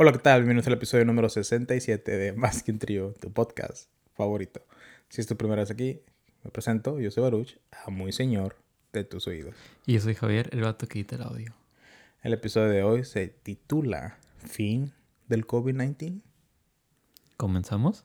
Hola, ¿qué tal? Bienvenidos al episodio número 67 de Más que un Trío, tu podcast favorito. Si es tu primera vez aquí, me presento, yo soy Baruch, amo y señor de tus oídos. Y yo soy Javier, el vato que edita el audio. El episodio de hoy se titula Fin del COVID-19. ¿Comenzamos?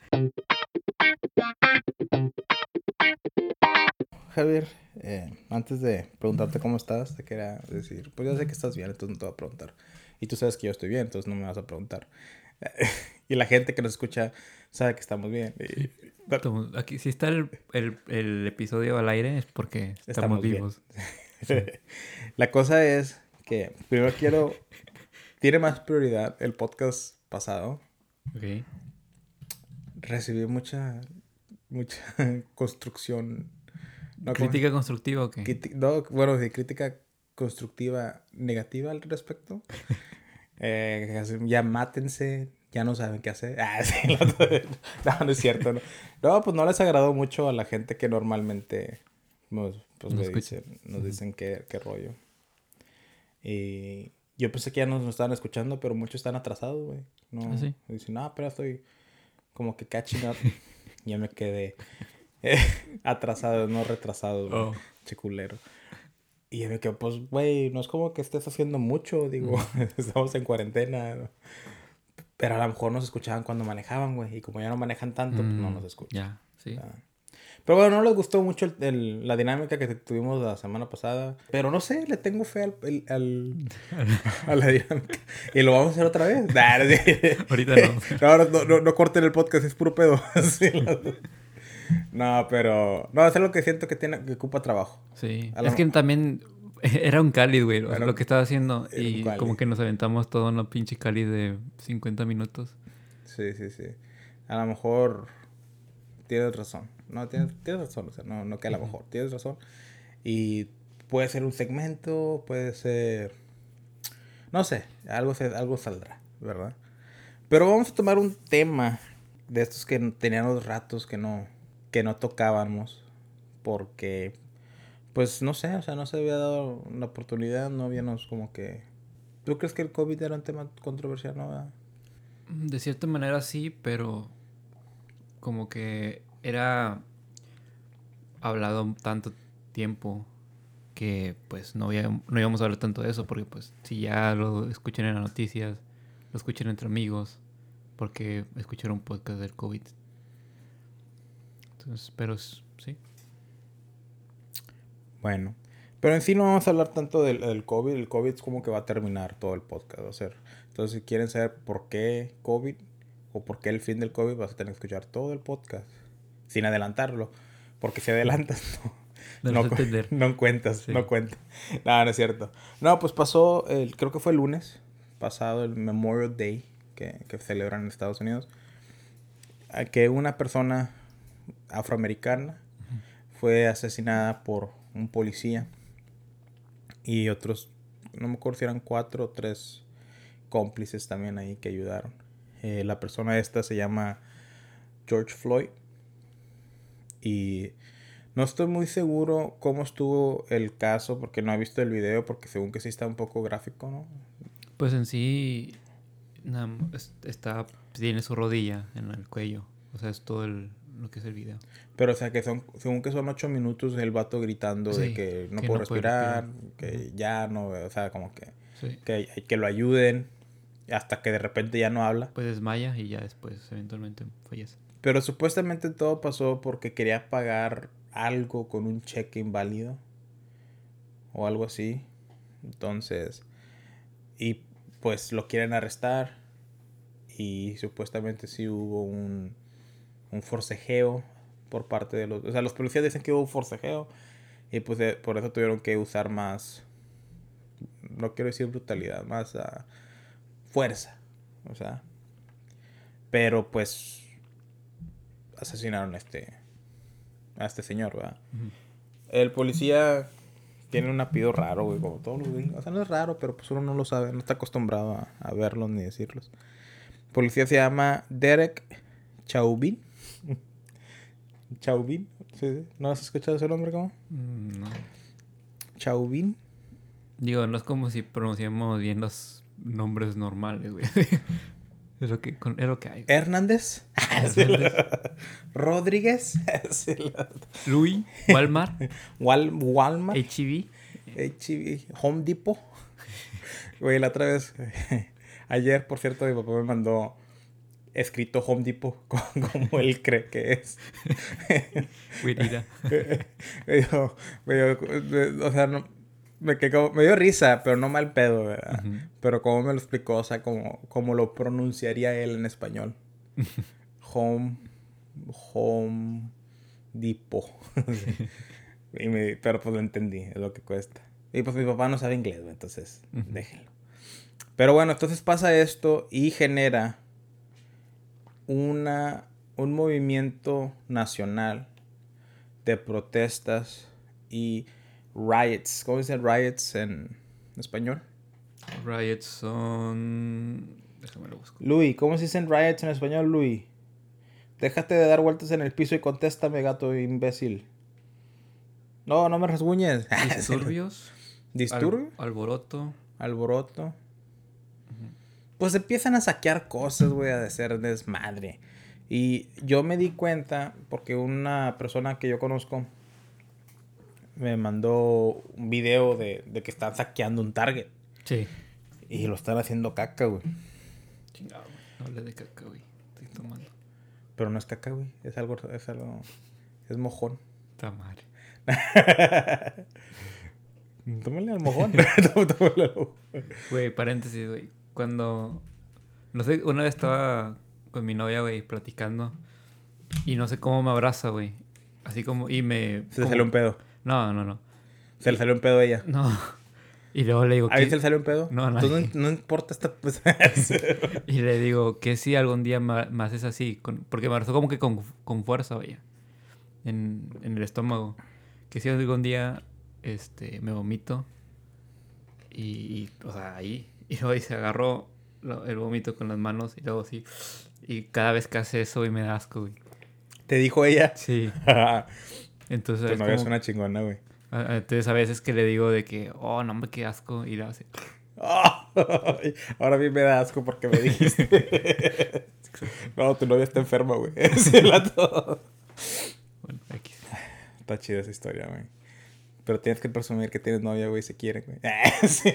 Javier, antes de preguntarte cómo estás, te quería decir, pues ya sé que estás bien, entonces no te voy a preguntar. Y tú sabes que yo estoy bien, entonces no me vas a preguntar. Y la gente que nos escucha sabe que estamos bien. Sí. Aquí, si está el episodio al aire es porque estamos Bien. vivos. Sí. La cosa es que primero tiene más prioridad el podcast pasado. Ok. Recibí mucha construcción. No, ¿Crítica constructiva o qué? no, bueno, sí, crítica constructiva negativa al respecto. Ya mátense, ya no saben qué hacer. Sí, no es cierto. No, pues no les agradó mucho a la gente que normalmente pues No le escucha. dicen, nos dicen qué rollo. Y yo pensé que ya nos estaban escuchando, pero muchos están atrasados, güey. ¿Ah, No, sí? dicen, no, pero estoy como que catching up. Ya me quedé atrasado, no retrasado, güey. Oh. Che culero. Y yo me quedo, pues, güey, no es como que estés haciendo mucho, digo, estamos en cuarentena, ¿no? Pero a lo mejor nos escuchaban cuando manejaban, güey. Y como ya no manejan tanto, pues no nos escuchan. Ya, sí. Ah. Pero bueno, no les gustó mucho la dinámica que tuvimos la semana pasada. Pero no sé, le tengo fe a la dinámica. Y lo vamos a hacer otra vez. Nah, no, Ahorita no. no corten el podcast, es puro pedo. Sí, no, pero... No, es algo que siento que ocupa trabajo. Sí. A Es lo- que también era un cáliz, güey. O sea, era, lo que estaba haciendo. era un Y quali. como que nos aventamos todo en una pinche cáliz de 50 minutos. Sí, sí, sí. A lo mejor tienes razón. No, tienes razón. O sea, no que a lo mejor. Tienes razón. Y puede ser un segmento, puede ser... No sé, algo saldrá, ¿verdad? Pero vamos a tomar un tema de estos que teníamos ratos que no tocábamos. Porque, pues no sé, o sea, no se había dado la oportunidad, no habíamos como que... ¿Tú crees que el COVID era un tema controversial, no? ¿Verdad? De cierta manera sí, pero como que era hablado tanto tiempo que pues no íbamos a hablar tanto de eso porque pues si ya lo escuchan en las noticias, lo escuchan entre amigos, porque escuchar un podcast del COVID. Entonces, pero sí. Bueno, pero en sí no vamos a hablar tanto del COVID. El COVID es como que va a terminar todo el podcast. Va a ser. Entonces, si quieren saber por qué COVID o por qué el fin del COVID, vas a tener que escuchar todo el podcast sin adelantarlo. Porque si adelantas, No lo no, sé entender. no cuentas, Sí. no cuenta. No, no es cierto. No, pues pasó, creo que fue el lunes pasado, el Memorial Day que celebran en Estados Unidos, a que una persona afroamericana fue asesinada por un policía y otros, no me acuerdo si eran 4 o 3 cómplices también ahí que ayudaron. La persona esta se llama George Floyd y no estoy muy seguro cómo estuvo el caso porque no he visto el video porque según que sí está un poco gráfico, ¿no? Pues en sí tiene su rodilla en el cuello. O sea, es todo lo que es el video. Pero o sea que según que son 8 minutos el vato gritando de Sí, que no que puedo no puede respirar. respirar, que ya no, o sea, como Sí. que lo ayuden hasta que de repente ya no habla. Pues desmaya y ya después eventualmente fallece. Pero supuestamente todo pasó porque quería pagar algo con un cheque inválido o algo así. Entonces, y pues lo quieren arrestar y supuestamente sí hubo un forcejeo por parte de los... O sea, los policías dicen que hubo un forcejeo y pues por eso tuvieron que usar más, no quiero decir brutalidad, más fuerza. O sea, pero pues asesinaron a este señor, ¿verdad? Ujú. El policía tiene un apellido raro, güey, como todos los gringos. O sea, no es raro, pero pues uno no lo sabe, no está acostumbrado a verlos ni decirlos. El policía se llama Derek Chauvin. Chauvin, sí, sí. ¿No has escuchado ese nombre cómo? No. Chauvin. Digo, no es como si pronunciamos bien nombres normales, güey. Es lo que hay. Hernández. Hernández. Rodríguez. Louis. Walmart. Walmart. H-E-B. H-E-B. Home Depot. Güey, la otra vez, ayer, por cierto, mi papá me mandó escrito Home Depot como él cree que es. Güey, mira. O sea, no, me dio risa, pero no mal pedo, ¿verdad? Ujú. Pero como me lo explicó, o sea, como lo pronunciaría él en español. Home Depot. Pero pues lo entendí, es lo que cuesta. Y pues mi papá no sabe inglés, güey, entonces déjenlo. Pero bueno, entonces pasa esto y genera un movimiento nacional de protestas y riots. ¿Cómo dicen riots en español? Riots son... Déjame lo busco. Luis, ¿cómo se dicen riots en español, Luis? Déjate de dar vueltas en el piso y contéstame, gato imbécil. No, no me rasguñes. Disturbios. ¿Disturbio? Alboroto. Alboroto. Pues empiezan a saquear cosas, güey, a hacer desmadre. Y yo me di cuenta porque una persona que yo conozco me mandó un video de que están saqueando un Target. Sí. Y lo están haciendo caca, güey. Chingado, güey. No hablé de caca, güey. Estoy tomando. Pero no es caca, güey. Es algo... Es mojón. Está madre. Tómale al mojón. Tómale al mojón. Güey, paréntesis, güey. Cuando... No sé, una vez estaba con mi novia, güey, platicando. Y no sé cómo me abraza, güey. Así como... Y me... Se le salió un pedo. No. Se le salió un pedo a ella. No. Y luego le digo... ¿A ella se le salió un pedo? No, Entonces no importa esta... Y le digo que si algún día me haces así. Porque me abrazó como que con fuerza, vaya. En el estómago. Que si algún día me vomito. O sea, ahí. Y luego se agarró el vómito con las manos. Y luego así. Y cada vez que hace eso, güey, me da asco, güey. ¿Te dijo ella? Sí. Entonces... Tu novia es una chingona, güey. Entonces a veces que le digo de que... Oh, no, hombre, qué asco. Y le hace... Ahora a mí me da asco porque me dijiste. No, tu novia está enferma, güey. Sí, Bueno, X. Está chida esa historia, güey. Pero tienes que presumir que tienes novia, güey, y se quieren, güey. Sí,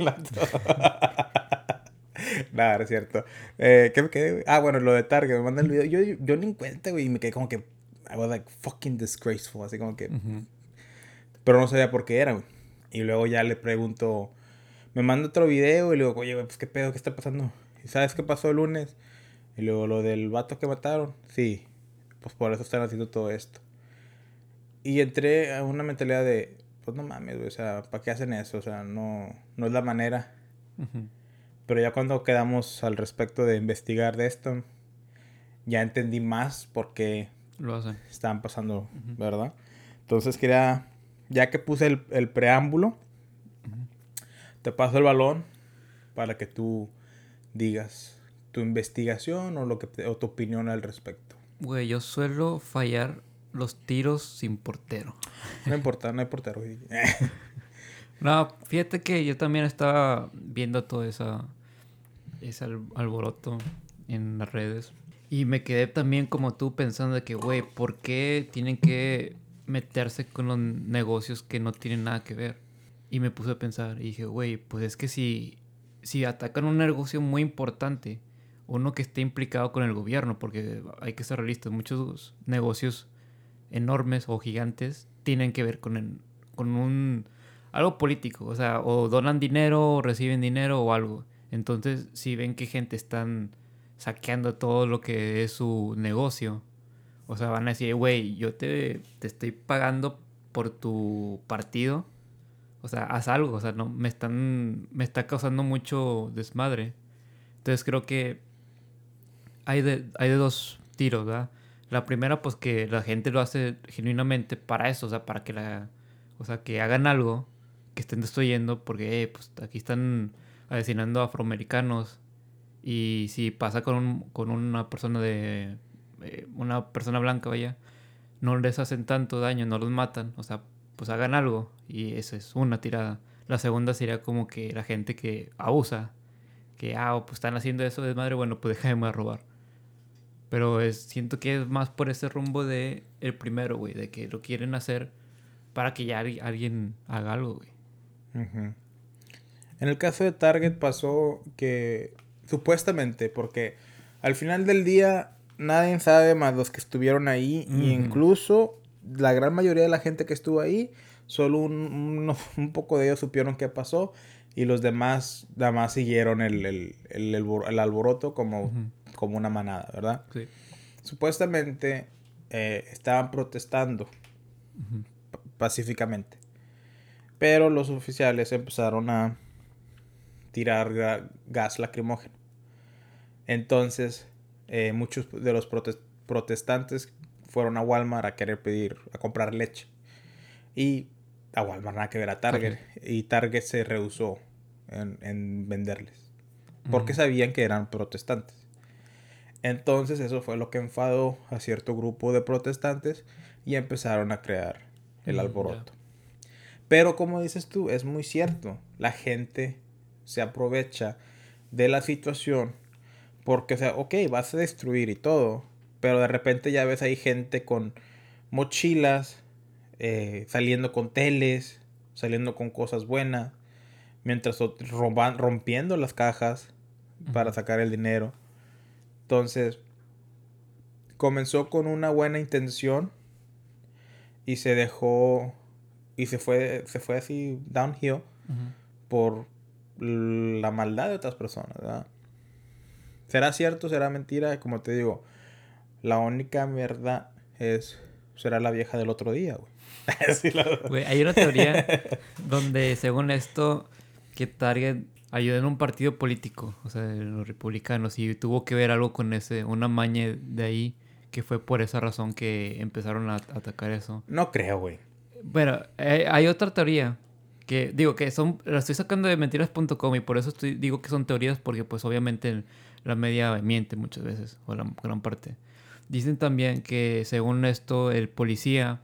Nada, es cierto. ¿Qué me quedé, güey? Ah, bueno, lo de Target. Me manda el video. Yo ni en cuenta, güey. Y me quedé como que... I was like fucking disgraceful. Así como que... Uh-huh. Pero no sabía por qué era, güey. Y luego ya le pregunto... Me manda otro video y le digo, oye, güey, pues qué pedo, ¿qué está pasando? ¿Y sabes qué pasó el lunes? Y luego lo del vato que mataron. Sí, pues por eso están haciendo todo esto. Y entré a una mentalidad de, pues no mames, güey, o sea, ¿para qué hacen eso? O sea, no es la manera. Uh-huh. Pero ya cuando quedamos al respecto de investigar de esto, ya entendí más por qué Lo hacen. estaban pasando, Uh-huh. ¿verdad? Entonces quería, ya que puse el preámbulo, te paso el balón para que tú digas tu investigación o o tu opinión al respecto. Güey, yo suelo fallar los tiros sin portero. No importa, no hay portero. No, fíjate que yo también estaba viendo todo ese alboroto en las redes. Y me quedé también como tú pensando de que, güey, ¿por qué tienen que meterse con los negocios que no tienen nada que ver? Y me puse a pensar y dije, güey, pues es que si atacan un negocio muy importante, uno que esté implicado con el gobierno, porque hay que ser realistas, muchos negocios enormes o gigantes tienen que ver con algo político, o sea, o donan dinero, o reciben dinero o algo. Entonces, si ven que gente están saqueando todo lo que es su negocio, o sea, van a decir, güey, yo te estoy pagando por tu partido, o sea, haz algo, o sea, no me está causando mucho desmadre. Entonces creo que hay de dos tiros, ¿verdad? La primera, pues que la gente lo hace genuinamente para eso, o sea, para que que hagan algo, que estén destruyendo, porque pues aquí están asesinando a afroamericanos. Y si pasa con una persona una persona blanca, vaya, no les hacen tanto daño, no los matan, o sea, pues hagan algo. Y esa es una tirada. La segunda sería como que la gente que abusa, Que, pues están haciendo eso de desmadre, bueno, pues déjame robar. Pero siento que es más por ese rumbo de el primero, güey, de que lo quieren hacer para que ya alguien haga algo, güey. Ujú. En el caso de Target pasó que supuestamente, porque al final del día nadie sabe más los que estuvieron ahí y incluso la gran mayoría de la gente que estuvo ahí, solo un poco de ellos supieron qué pasó y los demás nada más siguieron el alboroto como una manada, ¿verdad? Sí. Supuestamente estaban protestando pacíficamente, pero los oficiales empezaron a tirar gas lacrimógeno. Entonces, muchos de los protestantes fueron a Walmart a querer a comprar leche. Y a Walmart nada que ver a Target. Y Target se rehusó en venderles. Porque sabían que eran protestantes. Entonces eso fue lo que enfadó a cierto grupo de protestantes y empezaron a crear el alboroto. Pero como dices tú, es muy cierto. La gente se aprovecha de la situación porque, o sea, ok, vas a destruir y todo, pero de repente ya ves ahí gente con mochilas, saliendo con teles, saliendo con cosas buenas, mientras rompiendo las cajas para sacar el dinero. Entonces, comenzó con una buena intención y se dejó y se fue así downhill por la maldad de otras personas, ¿verdad? ¿Será cierto? ¿Será mentira? Como te digo, la única verdad será la vieja del otro día, güey. Sí, Güey, hay una teoría donde, según esto, que Target ayudó en un partido político, o sea, los republicanos, y tuvo que ver algo con una maña de ahí, que fue por esa razón que empezaron a atacar eso. No creo, güey. Bueno, hay otra teoría que digo que la estoy sacando de mentiras.com y por eso digo que son teorías porque pues obviamente la media miente muchas veces, o la gran parte. Dicen también que según esto el policía,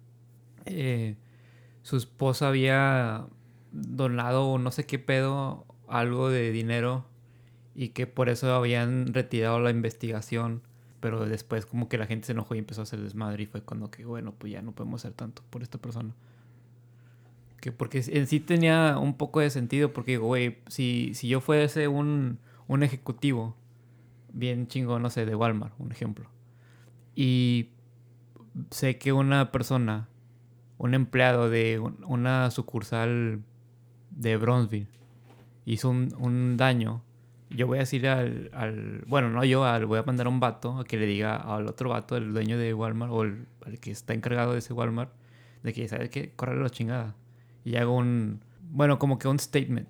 su esposa había donado no sé qué pedo, algo de dinero y que por eso habían retirado la investigación. Pero después como que la gente se enojó y empezó a hacer desmadre y fue cuando que, bueno, pues ya no podemos hacer tanto por esta persona. Que porque en sí tenía un poco de sentido, porque digo, güey, si yo fuese un ejecutivo bien chingón, no sé, de Walmart, un ejemplo, y sé que una persona, un empleado de una sucursal de Bronzeville hizo un daño, yo voy a decir bueno, no yo, voy a mandar a un vato a que le diga al otro vato, el dueño de Walmart, o al que está encargado de ese Walmart, de que, ¿sabes qué? Corre la chingada. Y hago bueno, como que un statement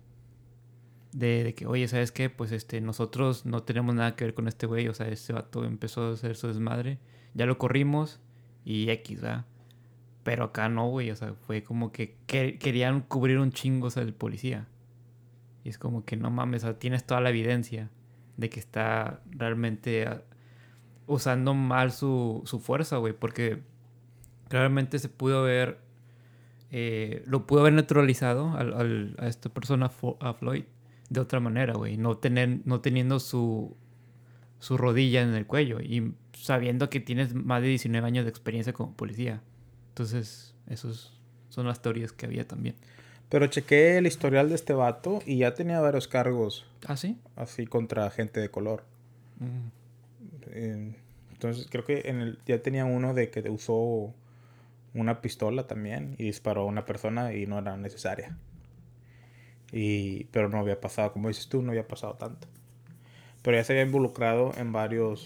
de que, oye, ¿sabes qué? Pues nosotros no tenemos nada que ver con este güey, o sea, este vato empezó a hacer su desmadre, ya lo corrimos y X, ¿verdad? Pero acá no, güey, o sea, fue como que querían cubrir un chingo, o sea, el policía. Y es como que no mames, o sea, tienes toda la evidencia de que está realmente usando mal su fuerza, güey, porque claramente se pudo haber, lo pudo haber neutralizado a esta persona, a Floyd, de otra manera, güey, no teniendo su rodilla en el cuello y sabiendo que tienes más de 19 años de experiencia como policía. Entonces, esos son las teorías que había también. Pero chequé el historial de este vato y ya tenía varios cargos ¿Ah, sí? así contra gente de color. Entonces creo que ya tenía uno de que usó una pistola también y disparó a una persona y no era necesaria. Pero no había pasado, como dices tú, no había pasado tanto. Pero ya se había involucrado en varios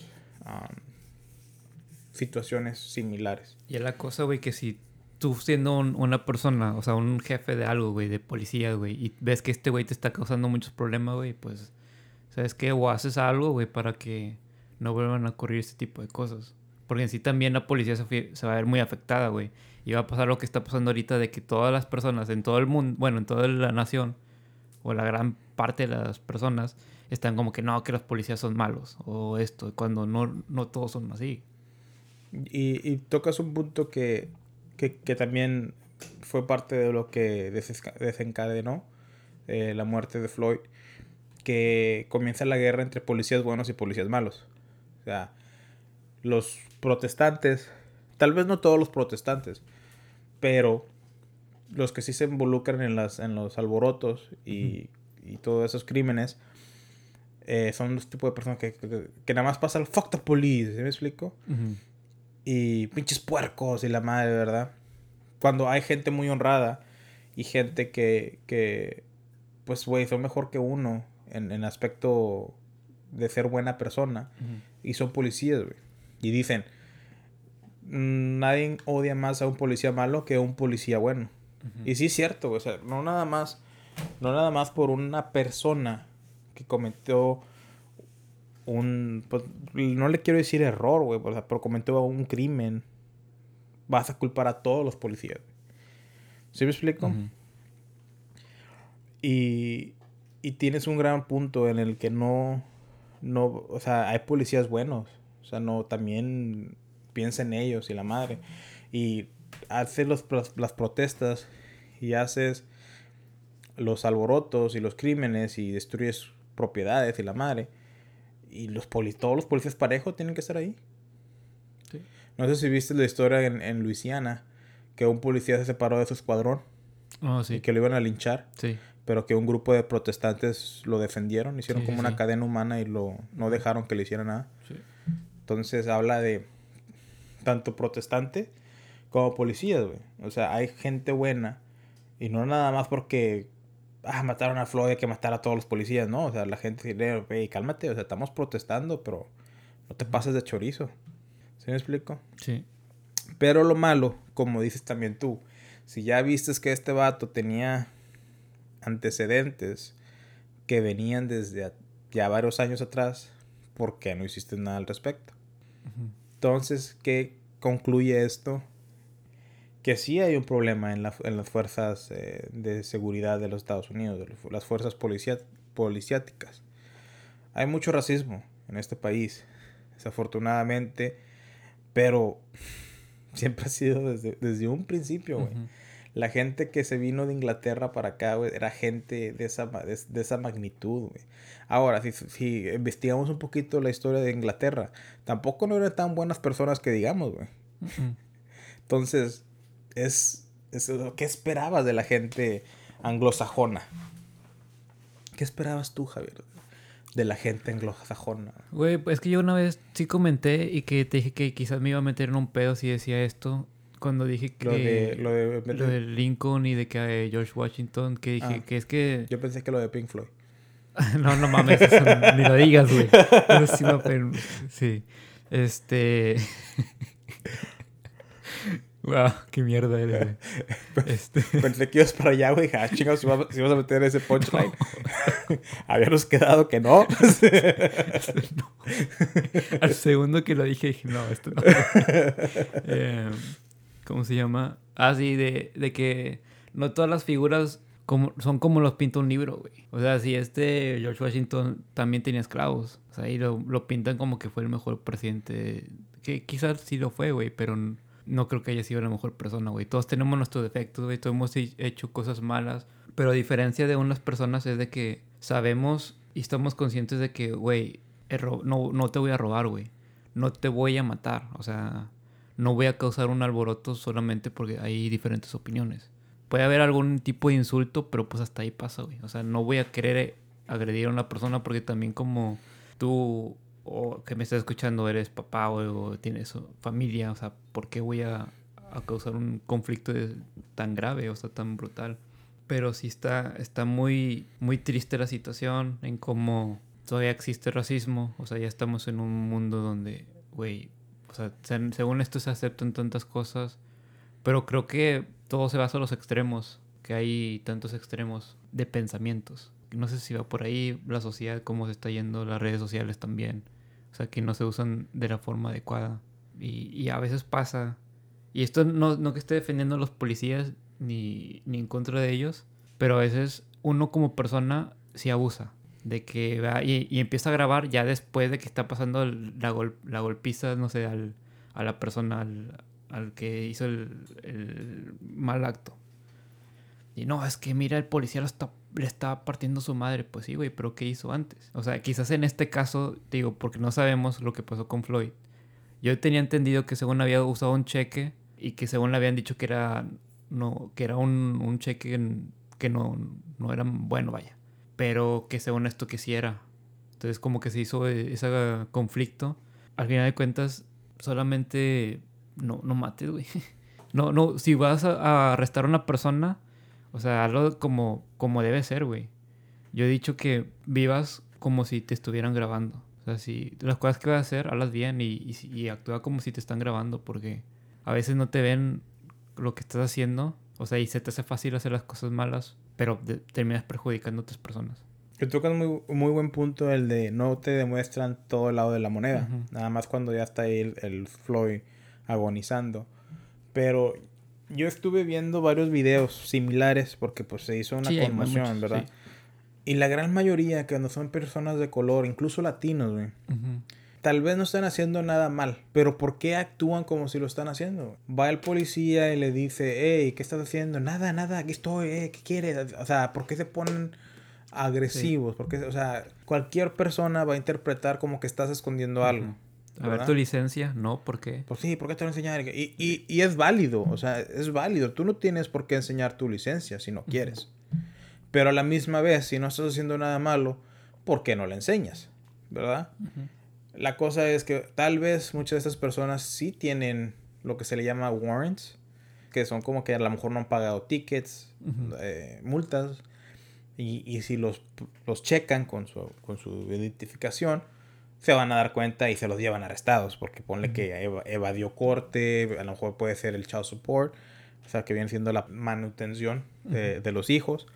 situaciones similares. Y es la cosa, güey, que si tú siendo una persona, o sea, un jefe de algo, güey, de policía, güey, y ves que este güey te está causando muchos problemas, güey, pues, ¿sabes qué? O haces algo, güey, para que no vuelvan a ocurrir este tipo de cosas. Porque en sí también la policía se va a ver muy afectada, güey. Y va a pasar lo que está pasando ahorita de que todas las personas en todo el mundo, bueno, en toda la nación, o la gran parte de las personas, están como que no, que los policías son malos, o esto, cuando no todos son así. Y tocas un punto que también fue parte de lo que desencadenó la muerte de Floyd, que comienza la guerra entre policías buenos y policías malos. O sea, los protestantes, tal vez no todos los protestantes, pero los que sí se involucran en los alborotos y todos esos crímenes, son los tipos de personas que nada más pasa el fuck the police, ¿sí me explico? Y pinches puercos y la madre, ¿verdad? Cuando hay gente muy honrada y gente que pues, güey, son mejor que uno en aspecto de ser buena persona. Y son policías, güey. Y dicen, nadie odia más a un policía malo que a un policía bueno. Y sí es cierto, güey. O sea, no nada más por una persona que cometió pues, no le quiero decir error, güey, o sea, pero cometió un crimen, vas a culpar a todos los policías. ¿Sí me explico? Y tienes un gran punto en el que no, o sea, hay policías buenos. O sea, no, también piensa en ellos y la madre. Y haces las protestas y haces los alborotos y los crímenes y destruyes propiedades y la madre. Y todos los policías parejos tienen que estar ahí. Sí. No sé si viste la historia en Luisiana, que un policía se separó de su escuadrón. Oh, sí. Y que lo iban a linchar. Sí. Pero que un grupo de protestantes lo defendieron, hicieron como una cadena humana y no dejaron que le hicieran nada. Sí. Entonces habla de tanto protestante como policías, güey. O sea, hay gente buena y no nada más porque mataron a Floyd, hay que matar a todos los policías, ¿no? O sea, la gente dice, hey, cálmate, o sea, estamos protestando, pero no te pases de chorizo. ¿Sí me explico? Sí. Pero lo malo, como dices también tú, si ya vistes que este vato tenía antecedentes que venían desde ya varios años atrás, ¿por qué no hiciste nada al respecto? Entonces, ¿qué concluye esto? Que sí hay un problema en las fuerzas de seguridad de los Estados Unidos, las fuerzas policiáticas. Hay mucho racismo en este país, desafortunadamente, pero siempre ha sido desde un principio, güey. La gente que se vino de Inglaterra para acá, güey, era gente de esa magnitud, güey. Ahora, si investigamos un poquito la historia de Inglaterra, tampoco no eran tan buenas personas que digamos, güey. Entonces, ¿qué esperabas de la gente anglosajona? ¿Qué esperabas tú, Javier, de la gente anglosajona? Güey, pues es que yo una vez sí comenté y que te dije que quizás me iba a meter en un pedo si decía esto. Cuando dije que Lo de Lincoln y de que George Washington, que dije que es que... Yo pensé que lo de Pink Floyd. No mames, eso ni lo digas, güey. Eso sí sí. Wow, qué mierda eres, güey. Pensé que ibas para allá, güey. Chingados, si vas a meter ese punchline. Habíamos quedado que no. No. Al segundo que lo dije, no, esto no. ¿Cómo se llama? Ah, sí, de que no todas las figuras son como los pinta un libro, güey. O sea, si George Washington también tenía esclavos. O sea, y lo pintan como que fue el mejor presidente. Que quizás sí lo fue, güey, pero no creo que haya sido la mejor persona, güey. Todos tenemos nuestros defectos, güey. Todos hemos hecho cosas malas. Pero a diferencia de unas personas es de que sabemos y estamos conscientes de que, güey, no te voy a robar, güey. No te voy a matar. O sea, no voy a causar un alboroto solamente porque hay diferentes opiniones. Puede haber algún tipo de insulto, pero pues hasta ahí pasa, güey. O sea, no voy a querer agredir a una persona porque también como tú o que me estás escuchando eres papá o tienes familia, o sea, ¿por qué voy a causar un conflicto tan grave, o sea, tan brutal? Pero sí está muy, muy triste la situación en cómo todavía existe racismo. O sea, ya estamos en un mundo donde, güey, o sea, según esto se aceptan tantas cosas, pero creo que todo se basa en los extremos, que hay tantos extremos de pensamientos. No sé si va por ahí la sociedad, cómo se está yendo, las redes sociales también. O sea, que no se usan de la forma adecuada. Y a veces pasa. Y esto no que esté defendiendo a los policías ni en contra de ellos, pero a veces uno como persona sí abusa. De que va y empieza a grabar ya después de que está pasando la golpiza, no sé, a la persona, al que hizo el mal acto. Y no, es que mira, el policía le estaba partiendo su madre. Pues sí, güey, pero ¿qué hizo antes? O sea, quizás en este caso, digo, porque no sabemos lo que pasó con Floyd. Yo tenía entendido que según había usado un cheque y que según le habían dicho que era, no, que era un cheque que no era bueno, vaya. Pero que según esto que sí era. Entonces como que se hizo ese conflicto. Al final de cuentas, solamente no mates, güey. No, si vas a arrestar a una persona, o sea, hazlo como debe ser, güey. Yo he dicho que vivas como si te estuvieran grabando. O sea, si las cosas que vas a hacer, hazlas bien y actúa como si te están grabando, porque a veces no te ven lo que estás haciendo. O sea, y se te hace fácil hacer las cosas malas, pero terminas perjudicando a otras personas. Que tocas muy, muy buen punto el de no te demuestran todo el lado de la moneda. Ujú. Nada más cuando ya está ahí el Floyd agonizando. Pero yo estuve viendo varios videos similares porque pues se hizo una Sí, hay conmoción, muchos, ¿verdad? sí. Y la gran mayoría, que no son personas de color, incluso latinos, güey, Ujú. tal vez no están haciendo nada mal, pero ¿por qué actúan como si lo están haciendo? Va el policía y le dice, hey, ¿qué estás haciendo? Nada, nada, aquí estoy, ¿qué quieres? O sea, ¿por qué se ponen Sí. agresivos? Porque, o sea, cualquier persona va a interpretar como que estás escondiendo algo, Ujú. A ver tu ¿verdad? licencia, no, ¿por qué? Pues sí, ¿por qué te lo enseñar? Y es válido, o sea, es válido. Tú no tienes por qué enseñar tu licencia si no Ujú. quieres. Pero a la misma vez, si no estás haciendo nada malo, ¿por qué no la enseñas? ¿Verdad? Ujú. La cosa es que tal vez muchas de estas personas sí tienen lo que se le llama warrants, que son como que a lo mejor no han pagado tickets, Ujú. multas, y si los checan con su identificación, se van a dar cuenta y se los llevan arrestados, porque ponle Ujú. que evadió corte, a lo mejor puede ser el child support, o sea, que viene siendo la manutención Ujú. de los hijos,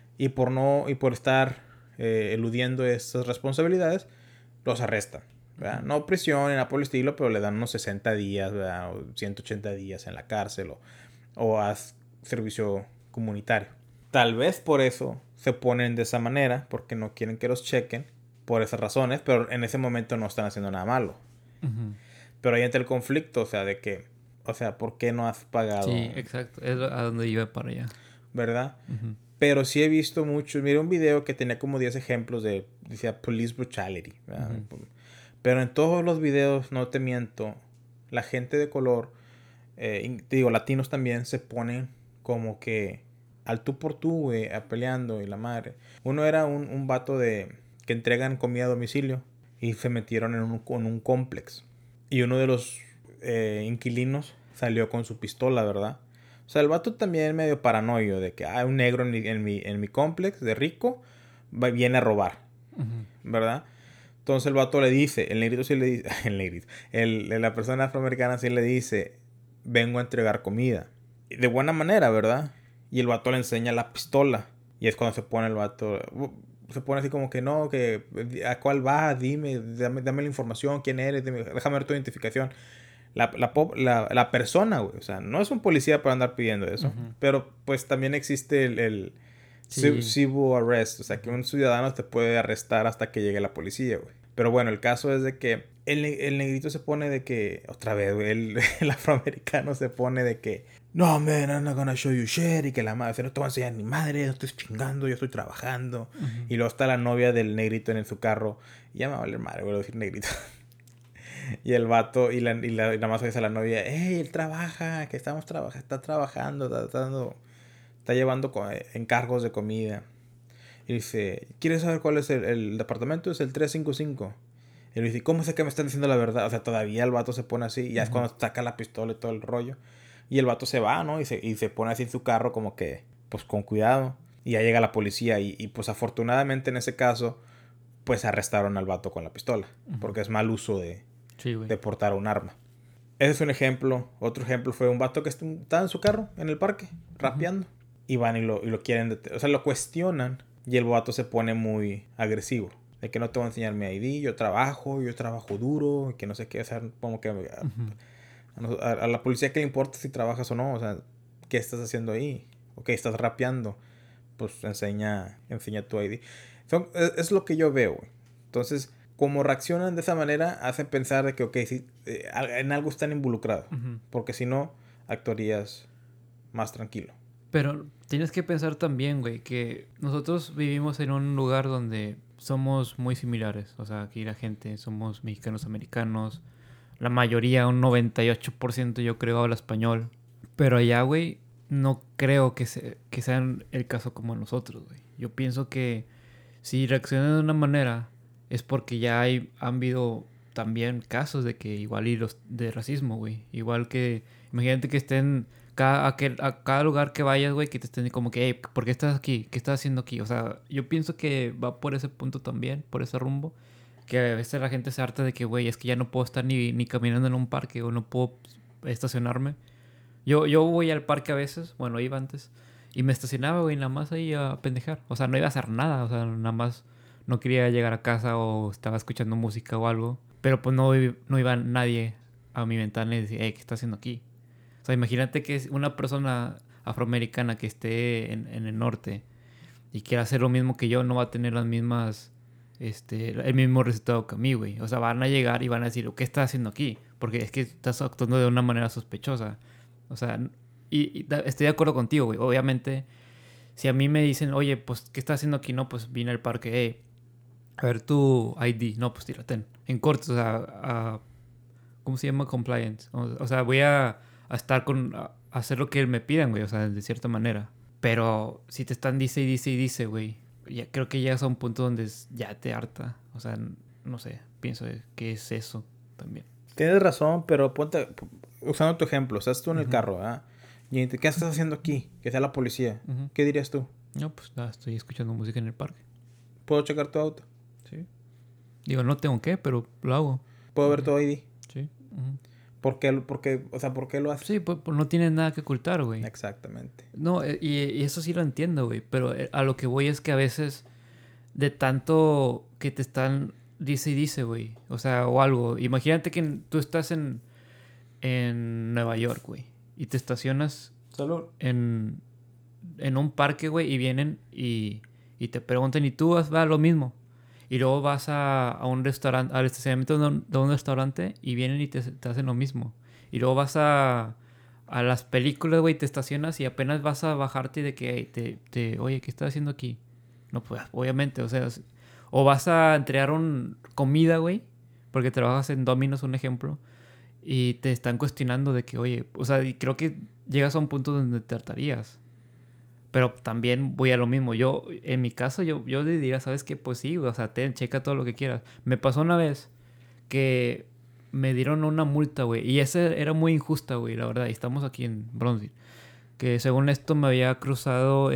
y por estar eludiendo estas responsabilidades, los arrestan. ¿Verdad? Ujú. No prisión ni nada por el estilo, pero le dan unos 60 días, ¿verdad? O 180 días en la cárcel o haz servicio comunitario. Tal vez por eso se ponen de esa manera, porque no quieren que los chequen, por esas razones, pero en ese momento no están haciendo nada malo. Ujú. Pero ahí entra el conflicto, o sea, de que, o sea, ¿por qué no has Sí, pagado? exacto. Es a donde iba para allá. ¿Verdad? Ujú. Pero sí he visto muchos. Miré un video que tenía como 10 ejemplos decía police brutality. ¿Verdad? Ujú. Pero en todos los videos, no te miento, la gente de color, te digo, latinos también, se ponen como que al tú por tú, güey, a peleando y la madre. Uno era un vato que entregan comida a domicilio y se metieron en un complex. Y uno de los inquilinos salió con su pistola, ¿verdad? O sea, el vato también medio paranoio de que hay un negro en mi complex de rico, viene a robar, Ujú. ¿verdad? Entonces el vato le dice, el negrito sí le dice, el negrito, la persona afroamericana sí le dice, vengo a entregar comida. Y de buena manera, ¿verdad? Y el vato le enseña la pistola. Y es cuando se pone el vato, se pone así como que no, que a cuál va, dime, dame la información, quién eres, déjame ver tu identificación. La persona, güey, o sea, no es un policía para andar pidiendo eso. Ujú. Pero pues también existe el Sí. civil arrest, o sea, que Ujú. un ciudadano te puede arrestar hasta que llegue la policía, güey. Pero bueno, el caso es de que el negrito se pone de que, otra vez, güey, el afroamericano se pone de que, no, man, I'm not gonna show you shit, y que la madre, no te voy a enseñar ni madre, no estoy chingando, yo estoy trabajando. Ujú. Y luego está la novia del negrito en su carro, y ya me va a valer madre, voy a decir negrito. Y el vato, y la más dice a la novia, hey, él trabaja, que estamos trabajando, está trabajando, está llevando encargos de comida. Y dice, ¿quieres saber cuál es el departamento? Es el 355. Y le dice, ¿cómo sé que me están diciendo la verdad? O sea, todavía el vato se pone así. Y ya es Ujú. cuando saca la pistola y todo el rollo. Y el vato se va, ¿no? Y se pone así en su carro como que, pues con cuidado. Y ya llega la policía. Y pues afortunadamente en ese caso, pues arrestaron al vato con la pistola. Ujú. Porque es mal uso Sí, güey. de portar un arma. Ese es un ejemplo. Otro ejemplo fue un vato que estaba en su carro, en el parque, Ujú. rapeando. Y van y lo quieren detener. O sea, lo cuestionan. Y el vato se pone muy agresivo. De que no te voy a enseñar mi ID, yo trabajo duro, y que no sé qué. O sea, como que Ujú. a la policía que le importa si trabajas o no. O sea, ¿qué estás haciendo ahí? Ok, estás rapeando. Pues enseña tu ID. Es lo que yo veo, güey. Entonces, como reaccionan de esa manera, hacen pensar de que, ok, sí, en algo están involucrados. Ujú. Porque si no, actuarías más tranquilo. Pero tienes que pensar también, güey, que nosotros vivimos en un lugar donde somos muy similares. O sea, aquí la gente somos mexicanos americanos. La mayoría, un 98% yo creo, habla español. Pero allá, güey, no creo que sean el caso como nosotros, güey. Yo pienso que si reaccionan de una manera es porque ya han habido también casos de que igual y los de racismo, güey. Igual que, imagínate que estén a cada lugar que vayas, güey, que te estén como que, hey, ¿por qué estás aquí? ¿Qué estás haciendo aquí? O sea, yo pienso que va por ese punto también, por ese rumbo. Que a veces la gente se harta de que, güey, es que ya no puedo estar ni caminando en un parque o no puedo estacionarme. Yo voy al parque a veces, bueno, iba antes, y me estacionaba, güey, nada más ahí a pendejar. O sea, no iba a hacer nada, o sea, nada más no quería llegar a casa o estaba escuchando música o algo. Pero pues no iba nadie a mi ventana y decía, hey, ¿qué está haciendo aquí? O sea, imagínate que es una persona afroamericana que esté en el norte y quiera hacer lo mismo que yo, no va a tener las mismas, el mismo resultado que a mí, güey. O sea, van a llegar y van a decir, ¿qué estás haciendo aquí? Porque es que estás actuando de una manera sospechosa. O sea, estoy de acuerdo contigo, güey. Obviamente, si a mí me dicen, oye, pues, ¿qué estás haciendo aquí? No, pues vine al parque, a ver tu ID. No, pues tírate en corto, o sea, ¿cómo se llama? Compliance. O sea, voy a estar a hacer lo que me pidan, güey, o sea, de cierta manera. Pero si te están dice y dice y dice, güey, ya creo que llegas a un punto donde ya te harta. O sea, no sé, pienso que es eso también. Tienes razón, pero ponte, usando tu ejemplo, estás tú en el Ujú, carro, ¿ah? Y ¿qué estás haciendo aquí? Que sea la policía. ujú. ¿Qué dirías tú? No, pues nada, estoy escuchando música en el parque. ¿Puedo checar tu auto? Sí. Digo, no tengo que, pero lo hago. ¿Puedo ver Ujú, tu ID? sí. Ujú. ¿Por qué lo haces? Sí, pues no tienes nada que ocultar, güey. Exactamente. No, y eso sí lo entiendo, güey. Pero a lo que voy es que a veces de tanto que te están dice y dice, güey. O sea, o algo. Imagínate que tú estás en Nueva York, güey. Y te estacionas Salud. en un parque, güey. Y vienen y te preguntan, ¿y tú vas a lo mismo? Y luego vas a un restaurante, al estacionamiento de un restaurante y vienen y te hacen lo mismo. Y luego vas a las películas, güey, te estacionas y apenas vas a bajarte de que oye, ¿qué estás haciendo aquí? No, pues obviamente, o sea, o vas a entregar comida, güey, porque trabajas en Domino's, un ejemplo, y te están cuestionando de que, oye, o sea, y creo que llegas a un punto donde te hartarías. Pero también voy a lo mismo. Yo, en mi caso, yo le diría, ¿sabes qué? Pues sí, güey, o sea, checa todo lo que quieras. Me pasó una vez que me dieron una multa, güey. Y esa era muy injusta, güey, la verdad. Y estamos aquí en Bronzeville. Que según esto me había cruzado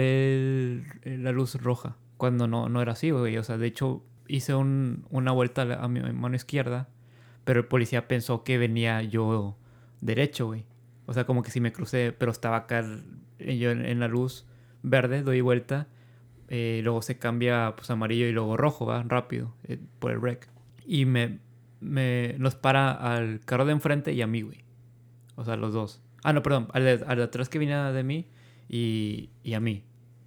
la luz roja. Cuando no era así, güey. O sea, de hecho, hice una vuelta a mi mano izquierda. Pero el policía pensó que venía yo derecho, güey. O sea, como que si me crucé, pero estaba acá yo en la luz verde, doy vuelta. Luego se cambia pues amarillo y luego rojo, va rápido por el rec. Y nos para al carro de enfrente y a mí, güey. O sea, los dos. Ah, no, perdón. Al de atrás que viene de mí y a mí.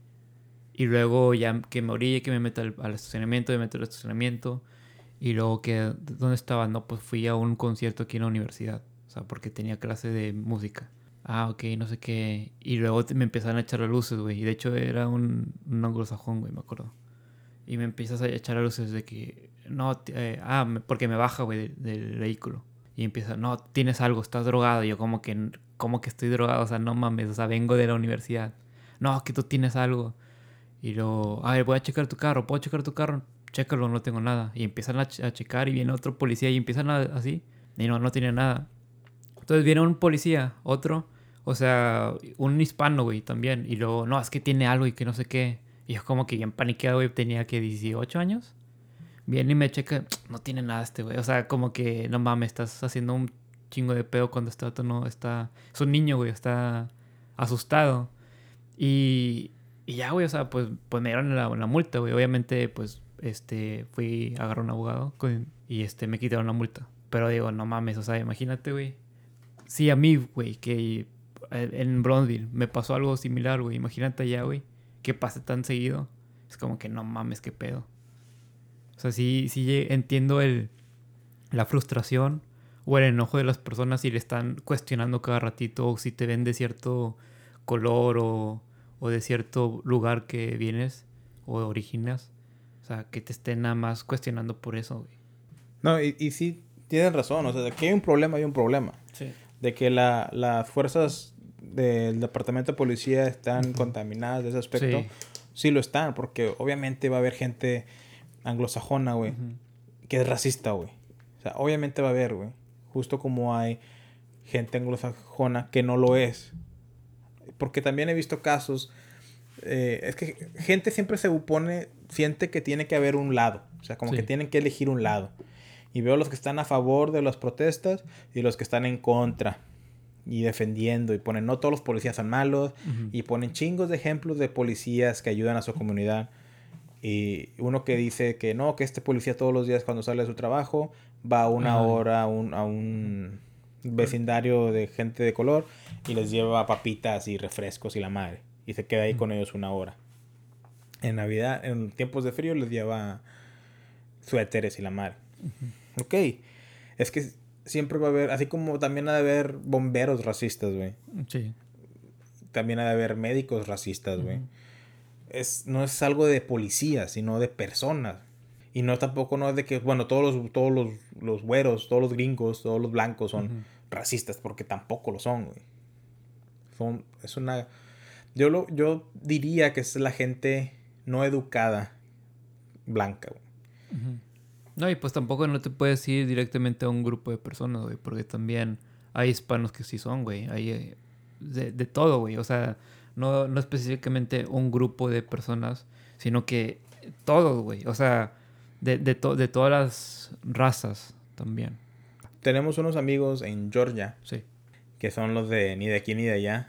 Y luego ya que me orille, que me meta al estacionamiento, me meto al estacionamiento. Y luego que, ¿dónde estaba? No, pues fui a un concierto aquí en la universidad. O sea, porque tenía clase de música. Ah, ok, no sé qué. Y luego me empezaron a echar las luces, güey. Y de hecho era un anglosajón, güey, me acuerdo. Y me empiezas a echar las luces de que, no, porque me baja, güey, del vehículo. Y empieza, no, tienes algo, estás drogado. Y yo como que estoy drogado, o sea, no mames, o sea, vengo de la universidad. No, que tú tienes algo. Y luego, a ver, voy a checar tu carro, ¿puedo checar tu carro? Chécalo, no tengo nada. Y empiezan a checar y viene otro policía y empiezan así. Y no tiene nada. Entonces viene un policía, otro, o sea, un hispano, güey, también. Y luego, no, es que tiene algo y que no sé qué. Y yo como que bien paniqueado, güey, tenía que 18 años. Viene y me checa, no tiene nada este, güey. O sea, como que, no mames, estás haciendo un chingo de pedo cuando este vato no está... Es un niño, güey, está asustado. Y, y ya, güey, o sea, pues me dieron la multa, güey. Obviamente, pues, fui a agarrar un abogado y me quitaron la multa. Pero digo, no mames, o sea, imagínate, güey. Sí, a mí, güey, que en Bronzeville me pasó algo similar, güey. Imagínate allá, güey, que pase tan seguido. Es como que no mames, qué pedo. O sea, sí entiendo la frustración o el enojo de las personas si le están cuestionando cada ratito o si te ven de cierto color o de cierto lugar que vienes o originas. O sea, que te estén nada más cuestionando por eso, güey. No, y sí, tienes razón. O sea, de que hay un problema, hay un problema. Sí. De que las fuerzas del departamento de policía están contaminadas de ese aspecto. Sí. Sí lo están, porque obviamente va a haber gente anglosajona, güey, que es racista, güey. O sea, obviamente va a haber, güey. Justo como hay gente anglosajona que no lo es. Porque también he visto casos. Es que gente siempre siente que tiene que haber un lado. O sea, como Sí. que tienen que elegir un lado. Y veo los que están a favor de las protestas y los que están en contra. Y defendiendo. Y ponen, no todos los policías son malos. Y ponen chingos de ejemplos de policías que ayudan a su comunidad. Y uno que dice que no, que este policía todos los días cuando sale de su trabajo va a una hora a un vecindario de gente de color y les lleva papitas y refrescos y la madre. Y se queda ahí con ellos una hora. En Navidad, en tiempos de frío, les lleva suéteres y la madre. Ok. Es que siempre va a haber, así como también ha de haber bomberos racistas, güey. Sí. También ha de haber médicos racistas, güey. No es algo de policía, sino de personas. Y no tampoco no es de que, bueno, los güeros, todos los gringos, todos los blancos son racistas, porque tampoco lo son, güey. Es una... Yo diría que es la gente no educada blanca, güey. No, y pues tampoco no te puedes ir directamente a un grupo de personas, güey, porque también hay hispanos que sí son, güey. Hay de todo, güey. O sea, no específicamente un grupo de personas, sino que todos, güey. O sea, de todas las razas también. Tenemos unos amigos en Georgia, Sí. que son los de ni de aquí ni de allá.